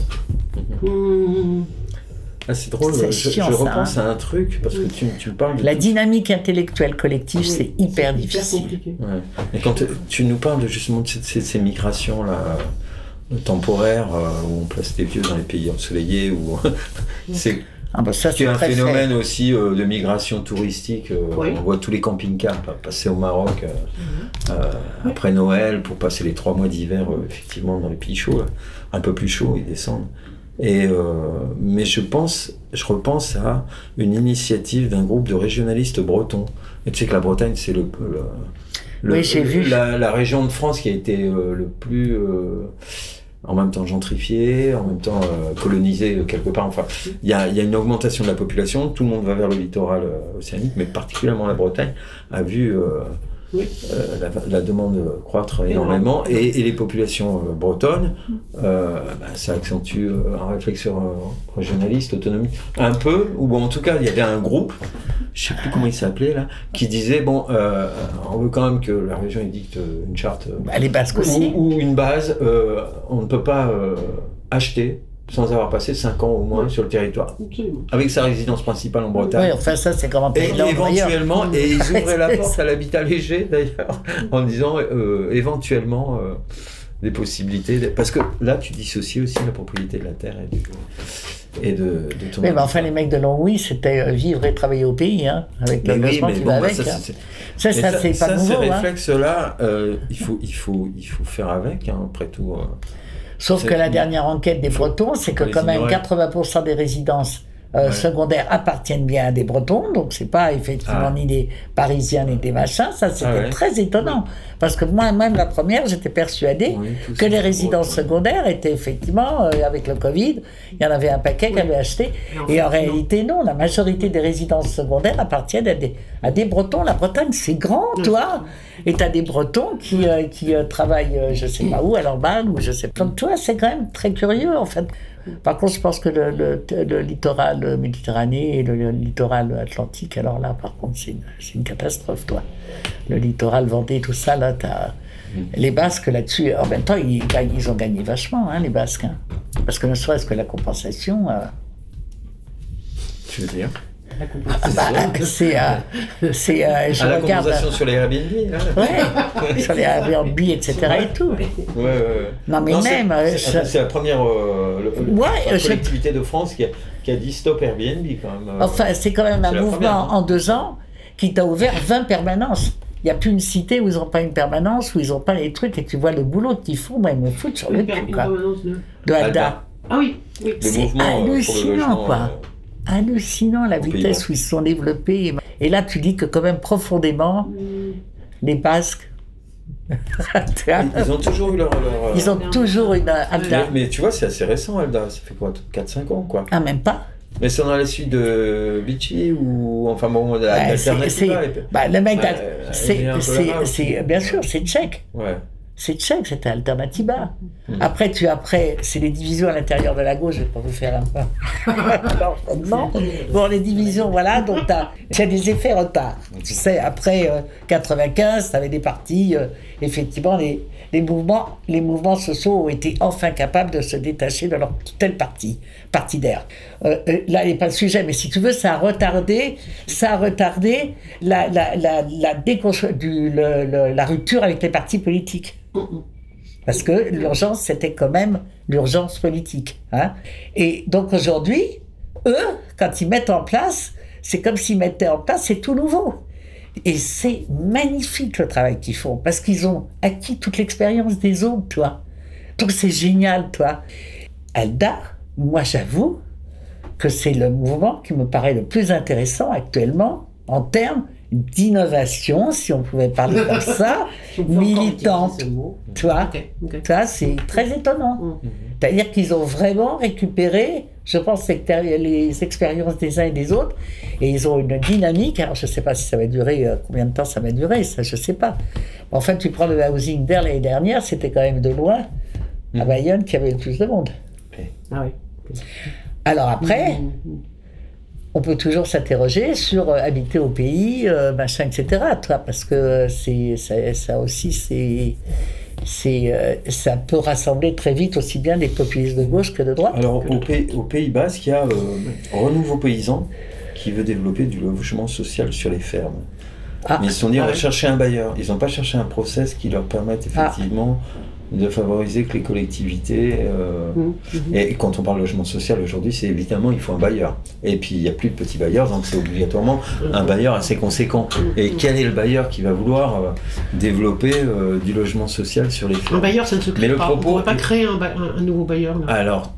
Mmh. Ah, c'est drôle, c'est je, chiant, je repense ça, hein. à un truc, parce que tu, tu parles de... La tout... dynamique intellectuelle collective, oui, c'est hyper c'est difficile. Hyper ouais. Et quand tu, tu nous parles de, justement de ces, ces, ces migrations-là, euh, temporaires, euh, où on place des vieux dans les pays ensoleillés, où c'est... Ah bah ça, c'est un phénomène fait. aussi euh, de migration touristique. Euh, oui. On voit tous les camping-cars passer au Maroc euh, mmh. euh, oui. après Noël pour passer les trois mois d'hiver, euh, effectivement, dans les pays chauds, un peu plus chauds, ils descendent. Et euh, mais je pense, je repense à une initiative d'un groupe de régionalistes bretons. Et tu sais que la Bretagne, c'est le, le, le oui, j'ai le, vu. La, la région de France qui a été euh, le plus euh, en même temps gentrifiée, en même temps euh, colonisée quelque part. Enfin, il y a, y a une augmentation de la population. Tout le monde va vers le littoral euh, océanique, mais particulièrement la Bretagne a vu euh, oui. euh, la, la demande croître énormément, et, et les populations euh, bretonnes, euh, bah, ça accentue euh, un réflexe euh, régionaliste, autonomie, un peu, ou bon, en tout cas, il y avait un groupe, je sais plus comment il s'appelait là, qui disait bon, euh, on veut quand même que la région édicte une charte, euh, bah, les Basques aussi, ou, ou une base, euh, on ne peut pas euh, acheter sans avoir passé cinq ans au moins ouais. sur le territoire, absolument. Avec sa résidence principale en Bretagne. Oui, enfin ça c'est comment pays et éventuellement, d'ailleurs. Et ils ouvraient la porte à l'habitat léger d'ailleurs, en disant euh, éventuellement euh, des possibilités, de... parce que là tu dissocies aussi la propriété de la terre et, du... et de, de ton... Oui, mais enfin les mecs de Longwy c'était vivre et travailler au pays, hein, avec le logement oui, qui bon, va bah, avec. Ça, hein. c'est... Ça, ça, ça, c'est pas ça, nouveau. Ces hein. réflexes-là, euh, il, faut, il, faut, il faut faire avec, hein, après tout. Euh... Sauf c'est que la dernière enquête des Bretons, c'est que quand même quatre-vingts pour cent des résidences euh, ouais. secondaires appartiennent bien à des Bretons, donc c'est pas effectivement ah. ni des Parisiens ni des machins, ça c'était ah ouais. très étonnant. Parce que moi-même, la première, j'étais persuadée oui, que les résidences Breton. secondaires étaient effectivement, euh, avec le Covid, il y en avait un paquet oui. qui avait acheté, et, et en réalité non, la majorité des résidences secondaires appartiennent à des, à des Bretons. La Bretagne c'est grand, toi, et t'as des Bretons qui, euh, qui euh, travaillent, euh, je sais pas où, à l'Orban, ou je sais pas. Comme toi, c'est quand même très curieux en fait. Par contre, je pense que le, le, le littoral méditerranéen et le, le littoral atlantique, alors là, par contre, c'est une, c'est une catastrophe, toi. Le littoral Vendée, tout ça, là, t'as... Mmh. Les Basques, là-dessus, en même temps, ils, ils ont gagné vachement, hein, les Basques. Hein. Parce que ne serait-ce que la compensation... Euh... Tu veux dire Ah bah, c'est, euh, c'est, euh, je ah, la regarde, compensation sur les Airbnb, là. Ouais, sur les Airbnb, et cetera et tout. Ouais, ouais, ouais. Non, mais non, même... C'est, c'est, je... c'est la première euh, le, ouais, la je... collectivité de France qui a, qui a dit stop Airbnb, quand même. Enfin, c'est quand même c'est un mouvement première, en deux ans qui t'a ouvert vingt permanences. Il n'y a plus une cité où ils n'ont pas une permanence, où ils n'ont pas les trucs, et tu vois le boulot qu'ils font, moi, ils me foutent sur le cul, quoi. De, de Alda. Ah oui, oui. C'est hallucinant, euh, quoi. Euh, hallucinant la vitesse où ils se sont développés. Et là, tu dis que quand même profondément, mmh. les Basques... ils ont toujours eu leur... leur ils ont euh... toujours une Alda. Mais, mais tu vois, c'est assez récent, Alda. Ça fait quoi, quatre cinq ans, quoi. Ah, même pas. Mais c'est dans la suite de Vichy ou... Enfin bon, bah, l'alternative. Bah, le mec... Bah, c'est, c'est, c'est, c'est, bien sûr, c'est tchèque. Ouais. C'est tchèque, c'était Alternativa. Après, tu après, c'est les divisions à l'intérieur de la gauche, je vais pas vous faire un peu. Non. Bon, les divisions, voilà, donc tu as des effets retard. Tu sais, après euh, quatre-vingt-quinze, tu avais des partis, euh, effectivement, les, les, mouvements, les mouvements sociaux ont été enfin capables de se détacher de leur tel parti, partidaire. Euh, euh, là, il n'est pas le sujet, mais si tu veux, ça a retardé, ça a retardé la, la, la, la, déconstru- du, le, le, la rupture avec les partis politiques. Parce que l'urgence, c'était quand même l'urgence politique. Hein. Et donc aujourd'hui, eux, quand ils mettent en place, c'est comme s'ils mettaient en place, c'est tout nouveau. Et c'est magnifique le travail qu'ils font, parce qu'ils ont acquis toute l'expérience des autres, toi. Donc c'est génial, toi. Alda, moi j'avoue que c'est le mouvement qui me paraît le plus intéressant actuellement en termes d'innovation, si on pouvait parler comme ça, militante. Tu vois, okay, okay. Tu vois, c'est très étonnant. Mmh. C'est-à-dire qu'ils ont vraiment récupéré, je pense, les expériences des uns et des autres, et ils ont une dynamique. Alors, je ne sais pas si ça va durer, euh, combien de temps ça va durer, ça, je ne sais pas. Enfin, tu prends le housing d'air l'année dernière, c'était quand même de loin, mmh. à Bayonne, qui avait le plus de monde. Ah oui. Alors après... Mmh. On peut toujours s'interroger sur euh, habiter au pays, euh, machin, et cetera. Toi, parce que c'est, ça, ça aussi, c'est, c'est, euh, ça peut rassembler très vite aussi bien des populistes de gauche que de droite. Alors, au, Pays, au Pays Basque, il y a euh, Renouveau Paysan qui veut développer du logement social sur les fermes. Ah, Mais ils se sont dit, ah, on va ouais. chercher un bailleur. Ils n'ont pas cherché un process qui leur permette effectivement... Ah. de favoriser que les collectivités... Euh, mmh. Et quand on parle logement social aujourd'hui, c'est évidemment, il faut un bailleur. Et puis, il n'y a plus de petits bailleurs, donc c'est obligatoirement un bailleur assez conséquent. Et quel est le bailleur qui va vouloir euh, développer euh, du logement social sur les fermes ? Un bailleur, ça ne se crée Mais pas. Propos, on ne pourrait pas créer un, ba- un, un nouveau bailleur. Là. Alors,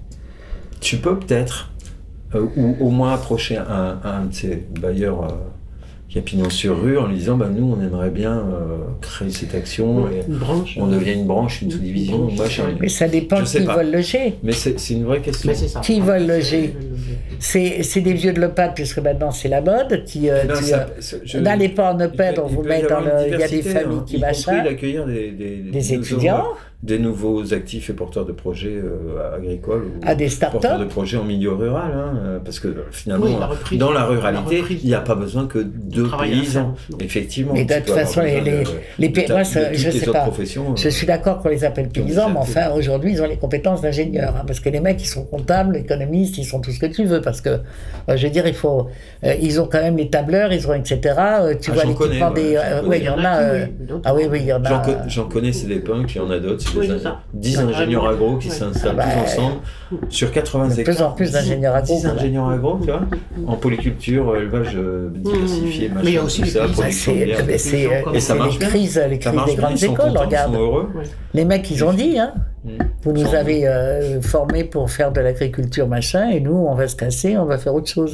tu peux peut-être, euh, ou au moins approcher un, un de ces bailleurs... Euh, qui a pignon sur rue en lui disant bah, nous on aimerait bien euh, créer cette action et une branche, on devient une branche, une sous-division. Une branche, moi, mais ça dépend de qui veulent loger. Mais c'est, c'est une vraie question. C'est ça. Qui veulent loger c'est, c'est des vieux de l'EHPAD, puisque maintenant c'est la mode. Qui, euh, non, qui, ça, euh, je, n'allez pas en EHPAD, on vous met dans le. Il y a des familles hein, qui machin. Y compris d'accueillir des, des, des, des étudiants. Nouveaux, des nouveaux actifs et porteurs de projets euh, agricoles ou à des porteurs de projets en milieu rural. Hein, parce que finalement, oui, la reprise, dans la ruralité, la il n'y a pas besoin que de paysans. Effectivement. Mais de toute façon, les, les, les paysans, je ne sais pas. Je suis d'accord qu'on les appelle paysans, mais enfin, aujourd'hui, ils ont les compétences d'ingénieurs. Hein, parce que les mecs, ils sont comptables, économistes, ils sont tout ce que tu veux. Parce que, euh, je veux dire, il faut. Euh, ils ont quand même les tableurs, ils ont et cetera. Euh, tu ah, vois l'équipement des. Oui, il y en a. Ah oui, oui, il y en a. J'en, co- j'en connais, c'est des punks, il y en a d'autres. C'est oui, des in- dix ingénieurs agro qui ouais. s'installent bah, tous ensemble sur quatre-vingts hectares. De plus en plus d'ingénieurs agro. dix ingénieurs agro, tu vois, en polyculture, élevage diversifié, machin, mais il y a aussi tout ça, production de bière. Et ça marche bien. Les crises, les crises des grandes écoles, regarde. Les mecs, ils ont dit, hein. Vous nous avez euh, formés pour faire de l'agriculture, machin, et nous, on va se casser, on va faire autre chose.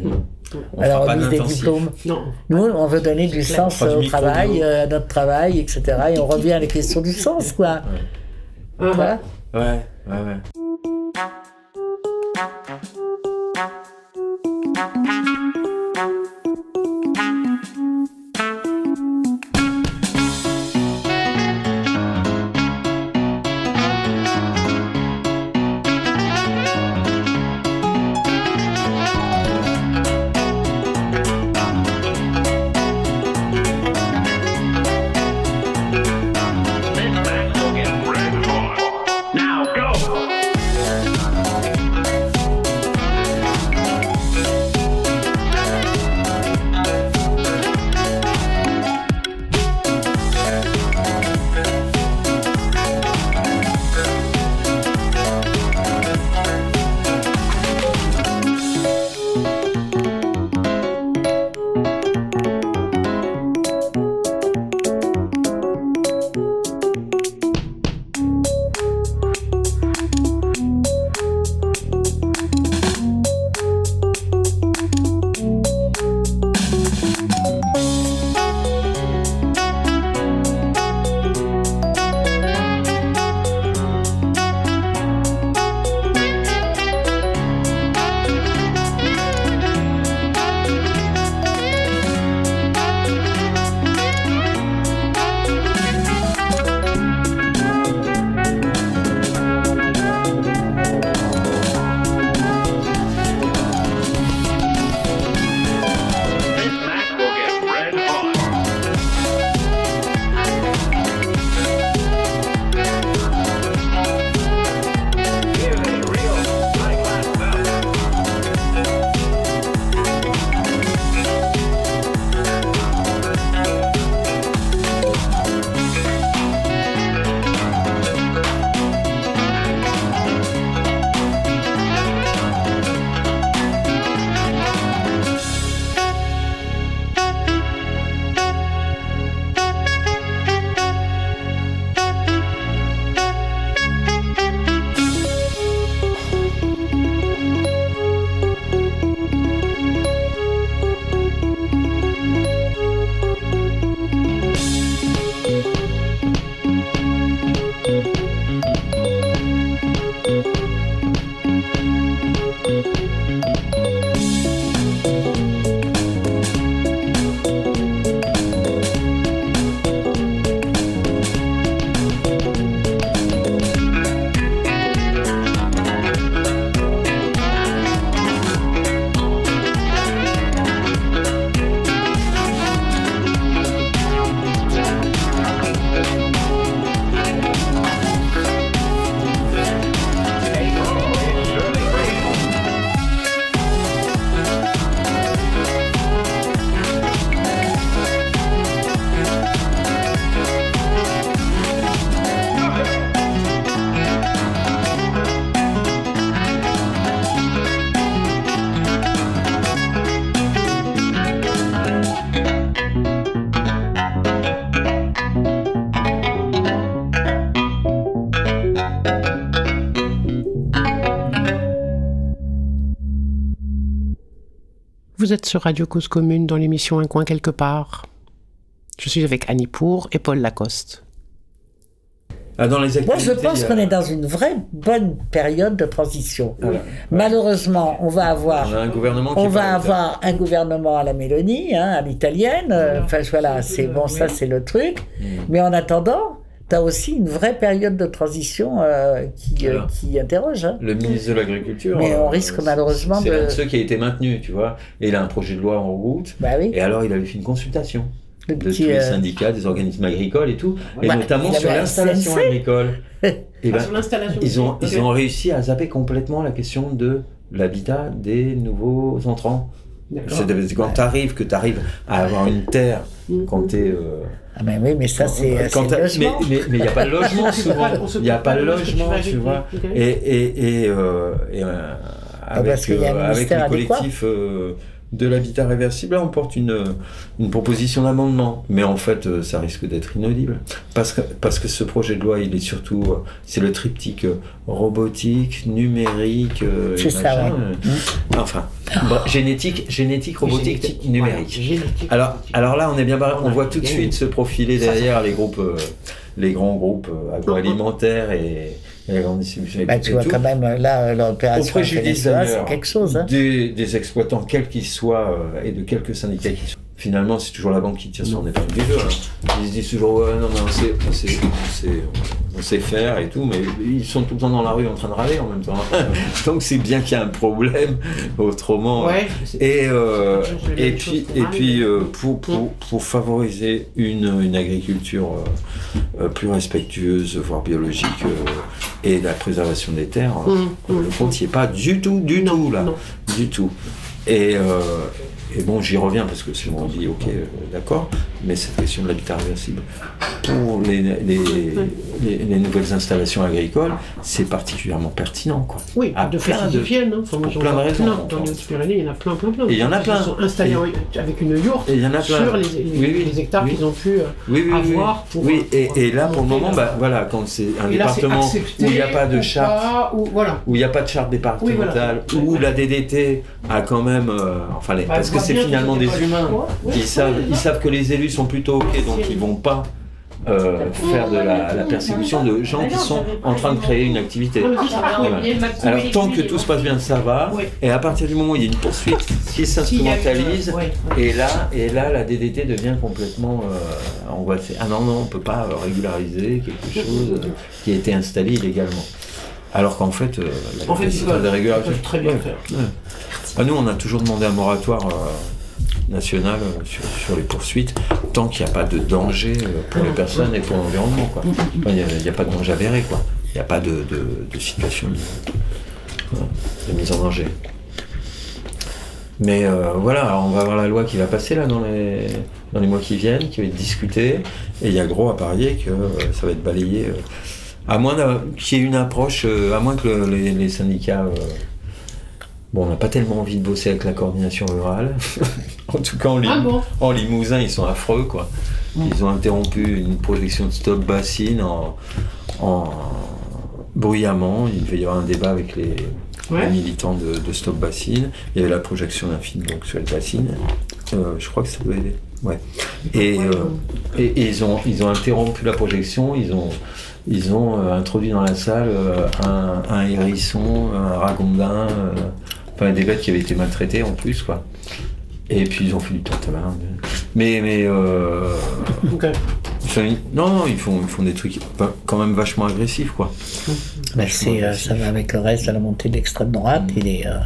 On Alors, on mise des diplômes. Non. Nous, on veut donner du sens au travail, à notre travail, et cetera. Et on revient à la question du sens, quoi. Ouais, ouais, ouais. ouais, ouais. Now go! Vous êtes sur Radio Cause Commune dans l'émission Un coin quelque part. Je suis avec Annie Pour et Paul Lacoste. Ah, dans les Moi, je activités, pense il y a- qu'on est dans une vraie bonne période de transition. Oui. Malheureusement, on va avoir, On a un gouvernement qui on est va pas avoir un gouvernement à la Mélanie, hein, à l'italienne. euh, Enfin, voilà, c'est bon, ça, c'est le truc. Mm. Mais en attendant, tu as aussi une vraie période de transition euh, qui, euh, Alors. qui interroge. Hein. Le ministre de l'Agriculture. Mais on euh, risque c'est- malheureusement c'est de- l'un de ceux qui a été maintenu, tu vois. Et il a un projet de loi en route. Bah oui. Et alors, il avait fait une consultation Le de petit, tous les euh, syndicats, des organismes agricoles et tout, et Ouais, notamment il sur avait un l'installation C N C. agricole. Et ben, Sur l'installation. ils ont, Ok. ils ont réussi à zapper complètement la question de l'habitat des nouveaux entrants. D'accord. C'est quand tu arrives, que tu arrives à avoir une terre, Mhm. quand tu es... Ah, mais oui, mais ça, c'est c'est Quand le t'as- logement. mais mais- mais il n'y a pas de logement souvent. On se Il n'y a coupe pas de de ce que tu logement, vas tu ajouter. vois. Ok. Et, et, et, euh, et, euh, avec, parce qu'il y a un euh, avec ministère le adéquat. collectif euh, de l'habitat réversible, là on porte une, une proposition d'amendement. Mais en fait, euh, ça risque d'être inaudible. Parce que, parce que ce projet de loi, il est surtout... euh, c'est le triptyque euh, robotique, numérique... euh, et C'est ça, machin, ouais. euh, Enfin, bref, génétique, génétique, robotique, Génétique, numérique. voilà, génétique, Alors, robotique. alors là, on est bien barré. On On a voit tout de gagné. suite se profiler derrière les groupes, euh, les grands groupes euh, agroalimentaires et, et la grande distribution. et Bah, tout, tu et vois, tout. quand même, là, Au l'opération préjudice Peninsula, c'est d'ailleurs quelque chose. Hein. des, des exploitants, quels qu'ils soient, euh, et de quelques syndicats qui soient. Finalement, c'est toujours la banque qui tire son épingle du jeu. Hein. Ils se disent toujours, ouais, non, mais on sait, on, sait, on, sait, on sait faire et tout, mais ils sont tout le temps dans la rue en train de râler en même temps. Donc c'est bien qu'il y a un problème, autrement. Ouais, c'est- Et, euh, c'est la et même puis, chose pour et Marie. puis euh, pour, pour, pour favoriser une, une agriculture euh, euh, plus respectueuse, voire biologique, euh, et la préservation des terres, Mmh, euh, mmh, le compte n'y est pas du tout, du Non, tout là, non. du tout. Et, euh, et bon, j'y reviens parce que si on dit ok, euh, d'accord, mais cette question de l'habitat réversible pour les, les, les, les nouvelles installations agricoles, c'est particulièrement pertinent, quoi. Oui, À de plein fait, de- ils viennent. Hein. Enfin, moi, pour j'en plein de vois raisons, plein. en Dans fait. les Hautes-Pyrénées, il y en a plein, plein, plein. Et il y en a Qui plein. sont installés Et- en- avec une yourte Et il y en a plein. sur les, les, Oui, oui. les hectares Oui. qu'ils ont pu euh, Oui, oui, oui. avoir pour. Oui, et, pour et là, pour le monter moment, leur- bah, voilà, quand c'est un Et là, c'est département accepté où il n'y a pas de ou charte, pas, ou voilà. où il n'y a pas de charte départementale, Oui, voilà. où la D D T a quand même, euh, enfin, les- Bah, parce je que vois c'est bien finalement qu'ils des étaient pas humains, le choix. Oui, ils oui, savent, oui, ils savent que les élus sont plutôt ok, donc ils vont pas euh, faire de la, la persécution de gens qui sont en train de créer une activité. Non, mais ça, ça, Voilà. il y a une maxi- Alors oui, tant oui, que oui, tout se passe bien, ça va. Oui. Et à partir du moment où il y a une poursuite qui S'il y a une- s'instrumentalise, ouais, ouais. et là, et là, la D D T devient complètement. Euh, on va faire, ah non non, on peut pas euh, régulariser quelque chose euh, qui a été installé illégalement. Alors qu'en fait, euh, la En fait, ils capacité peuvent- de régulation. ils peuvent très bien Ouais, faire. ouais. Ah, nous, on a toujours demandé un moratoire euh, national euh, sur, sur les poursuites, tant qu'il n'y a pas de danger euh, pour les personnes et pour l'environnement, quoi. Enfin, Il n'y a, il y a pas de danger avéré, quoi. Il n'y a pas de, de, de situation de, voilà, de mise en danger. Mais euh, voilà, alors on va avoir la loi qui va passer là dans les, dans les mois qui viennent, qui va être discutée, et il y a gros à parier que euh, ça va être balayé. euh, à moins d'a- qu'il y ait une approche, euh, à moins que le- les, les syndicats... euh, bon, on n'a pas tellement envie de bosser avec la coordination rurale. En tout cas, en, Lim- Ah bon en Limousin, ils sont affreux, quoi. Ils ont interrompu une projection de Stop Bassine en, en bruyamment. Il devait y avoir un débat avec les, Ouais. les militants de, de Stop Bassine. Il y avait la projection d'un film donc, sur le Bassine. Euh, je crois que ça doit aider. Ouais. Et, euh, et, et ils, ont, ils ont interrompu la projection. Ils ont, ils ont euh, introduit dans la salle euh, un, un hérisson, un ragondin, euh, enfin des bêtes qui avaient été maltraitées en plus, quoi. Et puis ils ont fait du tartamar. Mais, mais euh, Ok. enfin, non, non, ils font, ils font des trucs pas- quand même vachement agressifs, quoi. Ben, c'est, euh, ça va avec le reste de la montée de l'extrême droite. Il est, euh,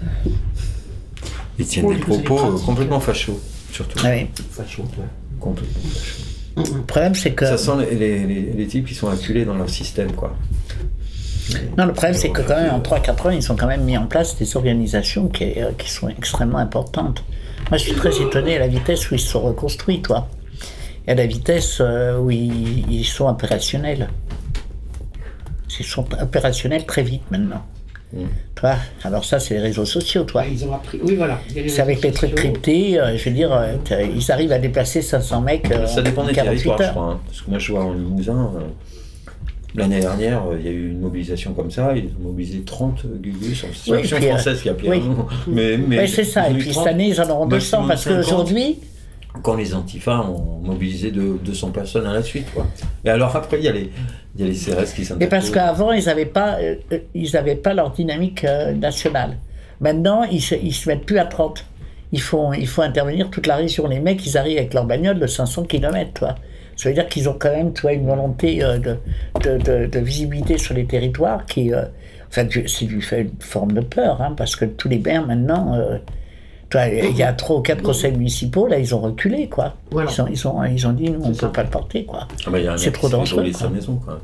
Ils tiennent Oui, des c'est des propos euh, pratiques. complètement fachos, surtout. ah oui. Complètement fachos. Le problème, c'est que Ça sent les, les, les, les types qui sont acculés dans leur système, quoi. non, le problème, c'est que quand même en trois quatre ans, ils ont quand même mis en place des organisations qui, euh, qui sont extrêmement importantes. Moi, je suis très étonné à la vitesse où ils se sont reconstruits, toi, et à la vitesse euh, où ils, ils sont opérationnels. Ils sont opérationnels très vite maintenant. Mm. Toi, alors ça, c'est les réseaux sociaux, toi. Ouais, ils ont appris. Oui, voilà. Il y a les C'est avec les réseaux trucs sociaux. cryptés, euh, je veux dire, euh, t'as- ils arrivent à déplacer cinq cents mecs euh, Ça dépend en des quarante-huit territoires, je heures. crois. Hein. Parce que moi, je vois en Limousin, euh, L'année dernière, il y a eu une mobilisation comme ça, ils ont mobilisé trente Gugus, c'est Oui, l'action puis, euh, française qui a appelé oui. un nom. Mais, mais Oui, c'est ça. ils ont Et eu puis trente, cette année, ils en auront deux cents, maximum parce cinquante, qu'aujourd'hui, quand les Antifas ont mobilisé de, deux cents personnes à la suite. Quoi. Et alors après, il y a les, il y a les C R S qui s'interposent. mais parce qu'avant, ils n'avaient pas, euh, ils n'avaient pas leur dynamique euh, nationale. Maintenant, ils se, ils se mettent plus à trente. Il faut, il faut intervenir toute la région. Les mecs, ils arrivent avec leur bagnole de cinq cents kilomètres, toi. Ça veut dire qu'ils ont quand même, toi, une volonté euh, de, de, de, de visibilité sur les territoires qui, euh, enfin, c'est du fait une forme de peur, hein, parce que tous les maires maintenant, euh, toi, il y a trois ou quatre conseils municipaux, là, ils ont reculé, quoi. Voilà. Ils, ont, ils, ont, ils ont dit, nous, on ne peut ça. pas le porter, quoi. Ah bah, y a un C'est mec trop qui s'est dangereux, brûlé quoi. sa maison, quoi.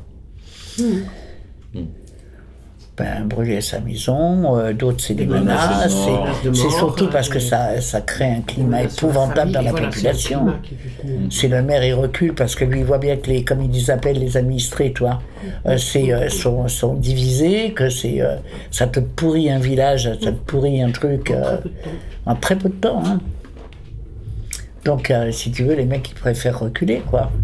Ben, brûler sa maison, euh, d'autres c'est des Des menaces menaces, de mort. c'est- de c'est mort, surtout parce euh, que ça, ça crée un climat Sur la épouvantable famille, dans la voilà, c'est le population. climat qui est venu. C'est le maire, il recule parce que lui, il voit bien que les, comme ils appellent les administrés, toi, euh, c'est, euh, sont, sont divisés, que c'est, euh, ça te pourrit un village, ça te pourrit un truc euh, en très peu de temps. Hein. Donc, euh, si tu veux, les mecs, ils préfèrent reculer, quoi.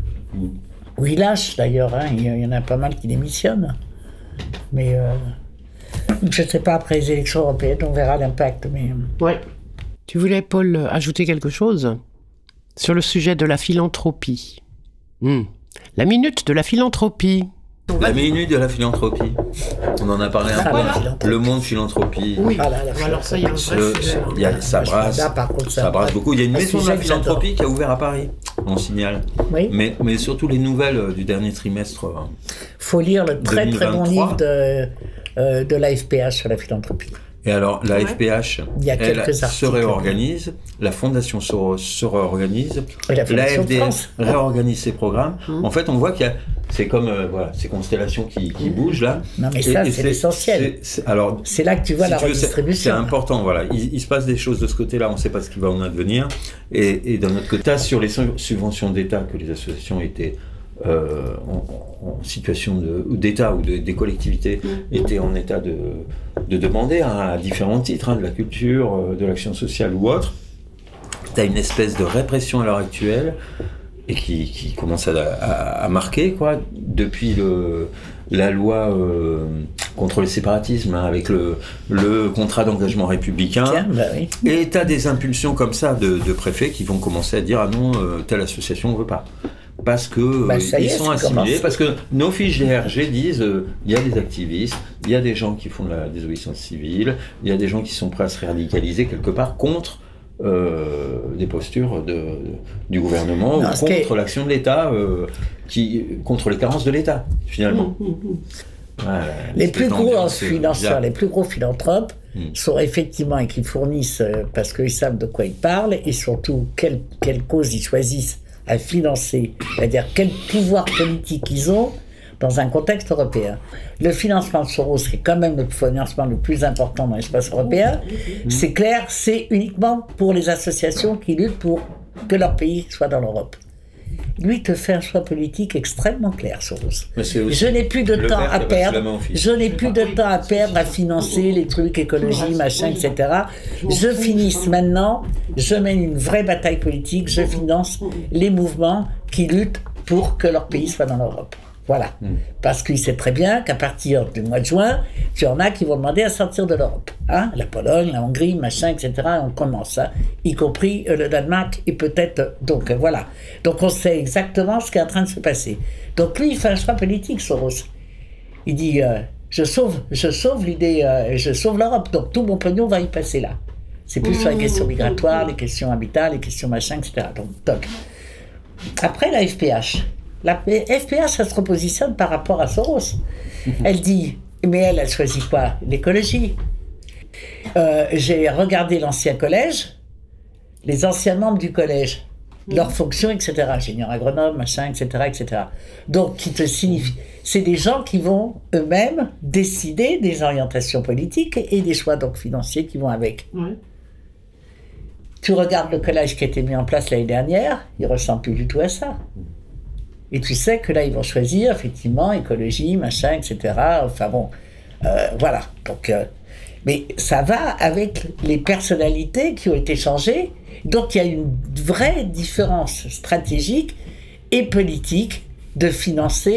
Ou ils lâchent, d'ailleurs, hein. Il y en a pas mal qui démissionnent. Mais, euh, je ne sais pas, après les élections européennes, on verra l'impact, mais... Ouais. Tu voulais, Paul, ajouter quelque chose sur le sujet de la philanthropie. Hmm. La minute de la philanthropie. La minute de la philanthropie. On en a parlé un Ah, peu. la philanthropie. Le monde philanthropie. Oui, Ah là, la alors ça, il y a un vrai Le- sujet. il y a- ça Moi, je brasse, regarde, par contre, ça- ça brasse beaucoup. Il y a une un maison de sujet la que j'adore. philanthropie qui a ouvert à Paris, on signale. Oui. Mais, mais surtout les nouvelles euh, du dernier trimestre. euh, Faut lire le très très bon deux mille vingt-trois. livre de, euh, de l'A F P H sur la philanthropie. Et alors, la Ouais. F P H, Il y a elle quelques se articles. réorganise, la Fondation se, re- se réorganise, Et la Fondation F D de S France. réorganise ses programmes. Mmh. En fait, on voit qu'il y a, c'est comme euh, voilà, ces constellations qui, qui bougent là. Non, mais Et- ça, et c'est l'essentiel. c'est- c'est- Alors, C'est là que tu vois si la tu veux, c'est- redistribution. C'est important, voilà. Il, il se passe des choses de ce côté-là, on ne sait pas ce qui va en advenir. Et, et d'un autre côté, t'as sur les su- subventions d'État que les associations étaient euh, en, en situation de, ou d'État ou de- des collectivités étaient en état de, de demander à, à différents titres, hein, de la culture, euh, de l'action sociale ou autre. Tu as une espèce de répression à l'heure actuelle et qui, qui commence à, à- à marquer, quoi, depuis le, la loi euh, contre le séparatisme, hein, avec le, le contrat d'engagement républicain. Tiens, bah oui. Et tu as des impulsions comme ça de, de préfets qui vont commencer à dire « Ah non, euh, telle association ne veut pas ». Parce que Bah, euh, ça y ils est, sont ça assimilés, commence. parce que nos fiches D R G disent euh, il y a des activistes, il y a des gens qui font de la désobéissance civile, il y a des gens qui sont prêts à se radicaliser quelque part contre euh, des postures de, de- du gouvernement Non, ou ce qui est- contre l'action de l'État, euh, qui contre les carences de l'État, finalement. Voilà, Les espèce plus gros d'ambiance, euh, financeurs, bizarre. les plus gros philanthropes Mm. sont effectivement et qui fournissent euh, parce qu'ils savent de quoi ils parlent et surtout quelle, quelle cause ils choisissent à financer, c'est-à-dire quel pouvoir politique ils ont dans un contexte européen. Le financement de Soros, qui est quand même le financement le plus important dans l'espace européen, c'est clair, c'est uniquement pour les associations qui luttent pour que leur pays soit dans l'Europe. Lui te fait un choix politique extrêmement clair, Soros. Mais c'est aussi Je n'ai plus de le temps père à qui a passé la perdre. main au fils. Je n'ai plus de temps à perdre à financer les trucs écologie, machin, et cetera. Je finisse maintenant. Je mène une vraie bataille politique. Je finance les mouvements qui luttent pour que leur pays soit dans l'Europe. Voilà. Parce qu'il sait très bien qu'à partir du mois de juin, tu en as qui vont demander à sortir de l'Europe. Hein, la Pologne, la Hongrie, machin, et cetera. On commence, hein, y compris euh, le Danemark et peut-être. euh, donc euh, voilà. Donc on sait exactement ce qui est en train de se passer. Donc lui, il fait un choix politique, Soros. Il dit euh, je sauve, je sauve l'idée, euh, je sauve l'Europe. Donc tout mon pognon va y passer là. C'est plus sur les questions migratoires, les questions habitat, les questions machin, et cetera. Donc, donc. Après la F P H. La F P H, elle se repositionne par rapport à Soros. Elle dit, mais elle, elle choisit quoi? L'écologie. Euh, j'ai regardé l'ancien collège, les anciens membres du collège, leurs fonctions, et cetera. Ingénieur agronome, machin, et cetera, et cetera. Donc, qui te signifie, c'est des gens qui vont eux-mêmes décider des orientations politiques et des choix donc financiers qui vont avec. Ouais. Tu regardes le collège qui a été mis en place l'année dernière, il ne ressemble plus du tout à ça. Et tu sais que là, ils vont choisir, effectivement, écologie, machin, et cetera. Enfin bon, euh, voilà. Donc, euh, mais ça va avec les personnalités qui ont été changées. Donc, il y a une vraie différence stratégique et politique de financer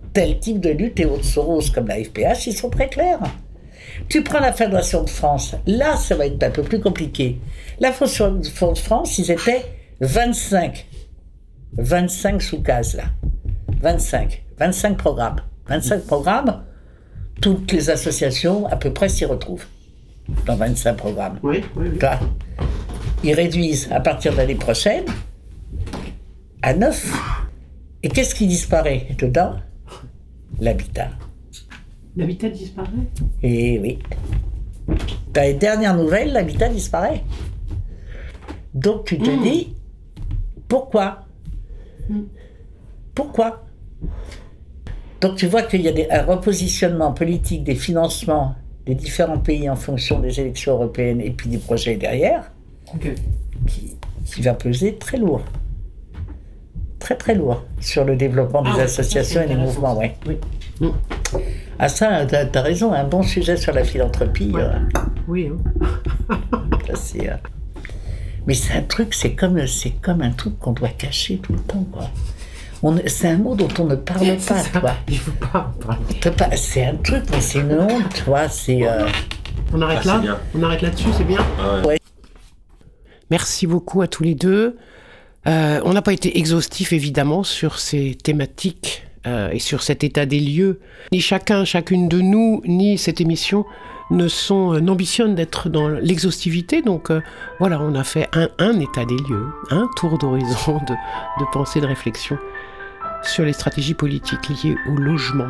tel type de lutte, et autres Soros comme la F P H, ils sont très clairs. Tu prends la Fédération de France, là ça va être un peu plus compliqué. La Fédération de France, ils étaient vingt-cinq. vingt-cinq sous case là. vingt-cinq. vingt-cinq programmes. vingt-cinq programmes, toutes les associations à peu près s'y retrouvent. Dans vingt-cinq programmes. Oui, oui, oui. Là, ils réduisent à partir de l'année prochaine à neuf. Et qu'est-ce qui disparaît dedans? L'habitat. L'habitat disparaît? Et oui. Dans les dernières nouvelles, l'habitat disparaît. Donc tu te mmh. dis, pourquoi mmh. Pourquoi Donc tu vois qu'il y a des, un repositionnement politique des financements des différents pays en fonction des élections européennes et puis des projets derrière, okay. qui, qui va peser très lourd. Très très lourd sur le développement des ah, associations et des mouvements. Ouais. Oui. Mmh. Ah ça, t'as, t'as raison, un bon sujet sur la philanthropie. Ouais. Euh, oui. Hein. Ça, c'est, euh, mais c'est un truc, c'est comme, c'est comme un truc qu'on doit cacher tout le temps, quoi. On, c'est un mot dont on ne parle pas, tu vois. Il faut pas parler. Pas, c'est un truc, mais c'est une honte, tu vois. C'est, euh... On arrête ah, là. On arrête là-dessus, c'est bien. Ah ouais. Ouais. Merci beaucoup à tous les deux. Euh, on n'a pas été exhaustif, évidemment, sur ces thématiques euh, et sur cet état des lieux. Ni chacun, chacune de nous, ni cette émission ne sont, euh, n'ambitionnent d'être dans l'exhaustivité. Donc euh, voilà, on a fait un, un état des lieux, un tour d'horizon de, de pensée, de réflexion sur les stratégies politiques liées au logement.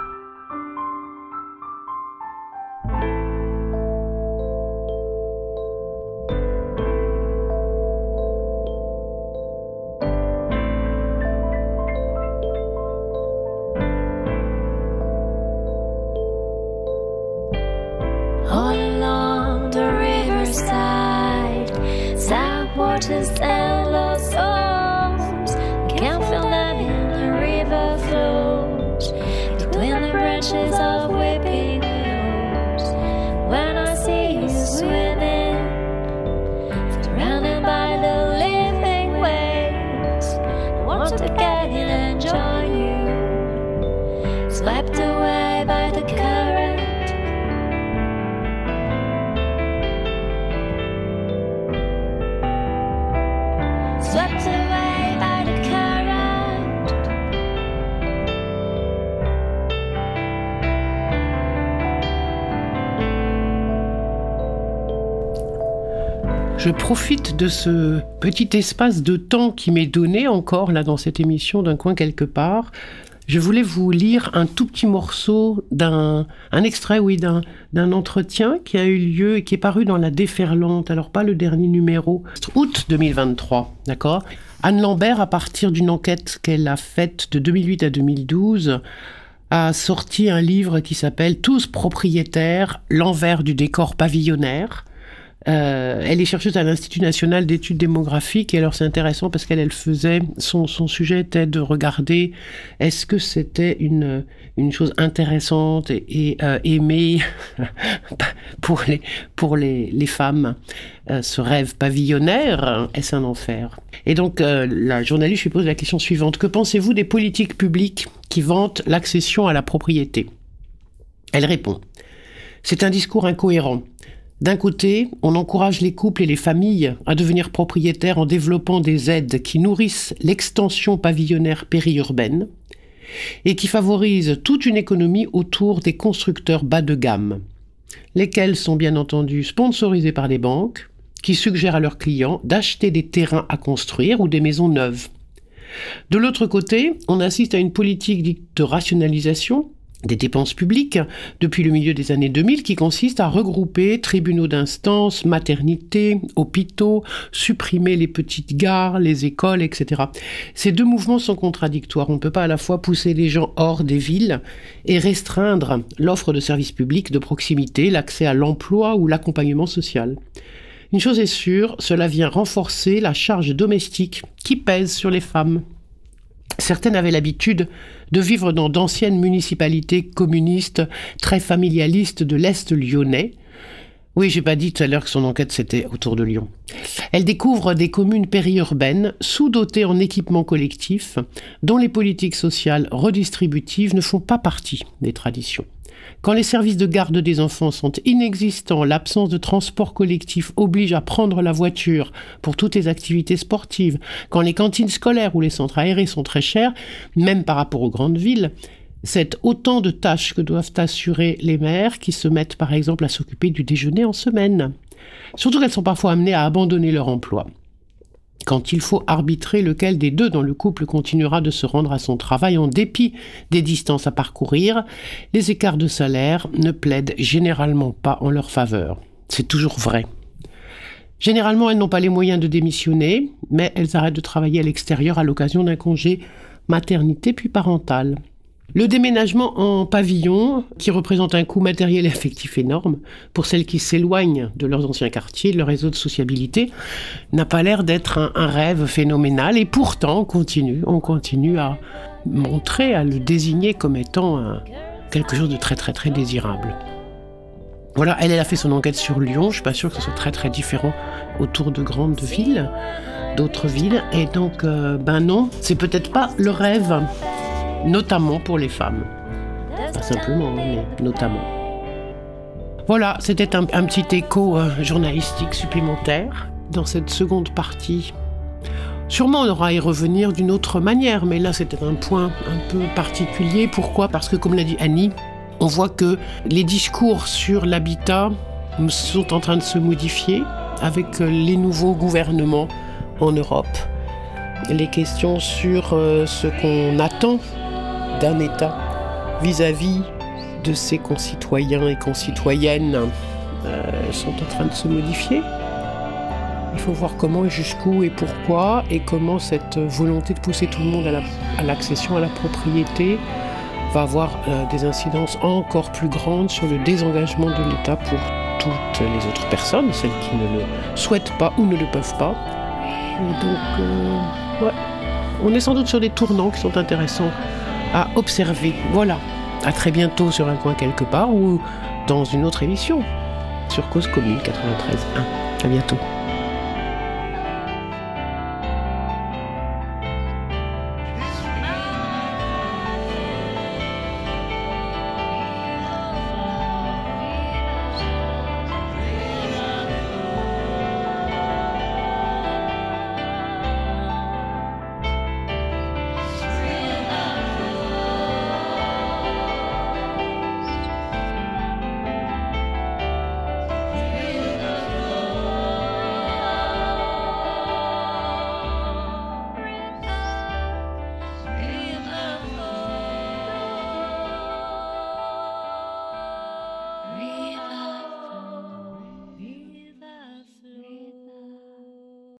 Waters and lost souls, can't feel them in the river flows, between the branches of weeping willows. When I see you swimming, surrounded by the living waves, I want to get in and join you, swept away by the current. Swept away by the current. Je profite de ce petit espace de temps qui m'est donné encore là dans cette émission d'un coin quelque part. Je voulais vous lire un tout petit morceau d'un un extrait, oui, d'un d'un entretien qui a eu lieu et qui est paru dans La Déferlante. Alors pas le dernier numéro, août deux mille vingt-trois, d'accord. Anne Lambert, à partir d'une enquête qu'elle a faite de deux mille huit à deux mille douze, a sorti un livre qui s'appelle Tous propriétaires, l'envers du décor pavillonnaire. Euh, elle est chercheuse à l'Institut national d'études démographiques et alors c'est intéressant parce qu'elle elle faisait son son sujet était de regarder est-ce que c'était une une chose intéressante et, et euh, aimée pour les pour les les femmes euh, ce rêve pavillonnaire, est-ce un enfer? Et donc euh, la journaliste lui pose la question suivante: que pensez-vous des politiques publiques qui vantent l'accession à la propriété? Elle répond: c'est un discours incohérent. D'un côté, on encourage les couples et les familles à devenir propriétaires en développant des aides qui nourrissent l'extension pavillonnaire périurbaine et qui favorisent toute une économie autour des constructeurs bas de gamme, lesquels sont bien entendu sponsorisés par les banques qui suggèrent à leurs clients d'acheter des terrains à construire ou des maisons neuves. De l'autre côté, on assiste à une politique dite de rationalisation des dépenses publiques depuis le milieu des années deux mille qui consiste à regrouper tribunaux d'instance, maternités, hôpitaux, supprimer les petites gares, les écoles, et cetera. Ces deux mouvements sont contradictoires. On ne peut pas à la fois pousser les gens hors des villes et restreindre l'offre de services publics de proximité, l'accès à l'emploi ou l'accompagnement social. Une chose est sûre, cela vient renforcer la charge domestique qui pèse sur les femmes. Certaines avaient l'habitude de vivre dans d'anciennes municipalités communistes très familialistes de l'Est lyonnais, Oui, j'ai pas dit tout à l'heure que son enquête c'était autour de Lyon. Elle découvre des communes périurbaines sous-dotées en équipements collectifs dont les politiques sociales redistributives ne font pas partie des traditions. Quand les services de garde des enfants sont inexistants, l'absence de transport collectif oblige à prendre la voiture pour toutes les activités sportives, quand les cantines scolaires ou les centres aérés sont très chers, même par rapport aux grandes villes, c'est autant de tâches que doivent assurer les mères qui se mettent par exemple à s'occuper du déjeuner en semaine. Surtout qu'elles sont parfois amenées à abandonner leur emploi. Quand il faut arbitrer lequel des deux dans le couple continuera de se rendre à son travail en dépit des distances à parcourir, les écarts de salaire ne plaident généralement pas en leur faveur. C'est toujours vrai. Généralement, elles n'ont pas les moyens de démissionner, mais elles arrêtent de travailler à l'extérieur à l'occasion d'un congé maternité puis parental. Le déménagement en pavillon, qui représente un coût matériel et affectif énorme, pour celles qui s'éloignent de leurs anciens quartiers, de leur réseau de sociabilité, n'a pas l'air d'être un, un rêve phénoménal. Et pourtant, on continue, on continue à montrer, à le désigner comme étant un, quelque chose de très très très désirable. Voilà, elle, elle a fait son enquête sur Lyon. Je ne suis pas sûre que ce soit très très différent autour de grandes villes, d'autres villes. Et donc, euh, ben non, c'est peut-être pas le rêve. Notamment pour les femmes. Pas simplement, mais notamment. Voilà, c'était un, un petit écho euh, journalistique supplémentaire dans cette seconde partie. Sûrement, on aura à y revenir d'une autre manière, mais là, c'était un point un peu particulier. Pourquoi ? Parce que, comme l'a dit Annie, on voit que les discours sur l'habitat sont en train de se modifier avec les nouveaux gouvernements en Europe. Les questions sur euh, ce qu'on attend d'un État vis-à-vis de ses concitoyens et concitoyennes euh, sont en train de se modifier. Il faut voir comment et jusqu'où et pourquoi, et comment cette volonté de pousser tout le monde à, la, à l'accession à la propriété va avoir euh, des incidences encore plus grandes sur le désengagement de l'État pour toutes les autres personnes, celles qui ne le souhaitent pas ou ne le peuvent pas. Et donc, euh, ouais, on est sans doute sur des tournants qui sont intéressants à observer. Voilà, à très bientôt sur Un coin quelque part ou dans une autre émission sur Cause Commune quatre-vingt-treize point un. À bientôt.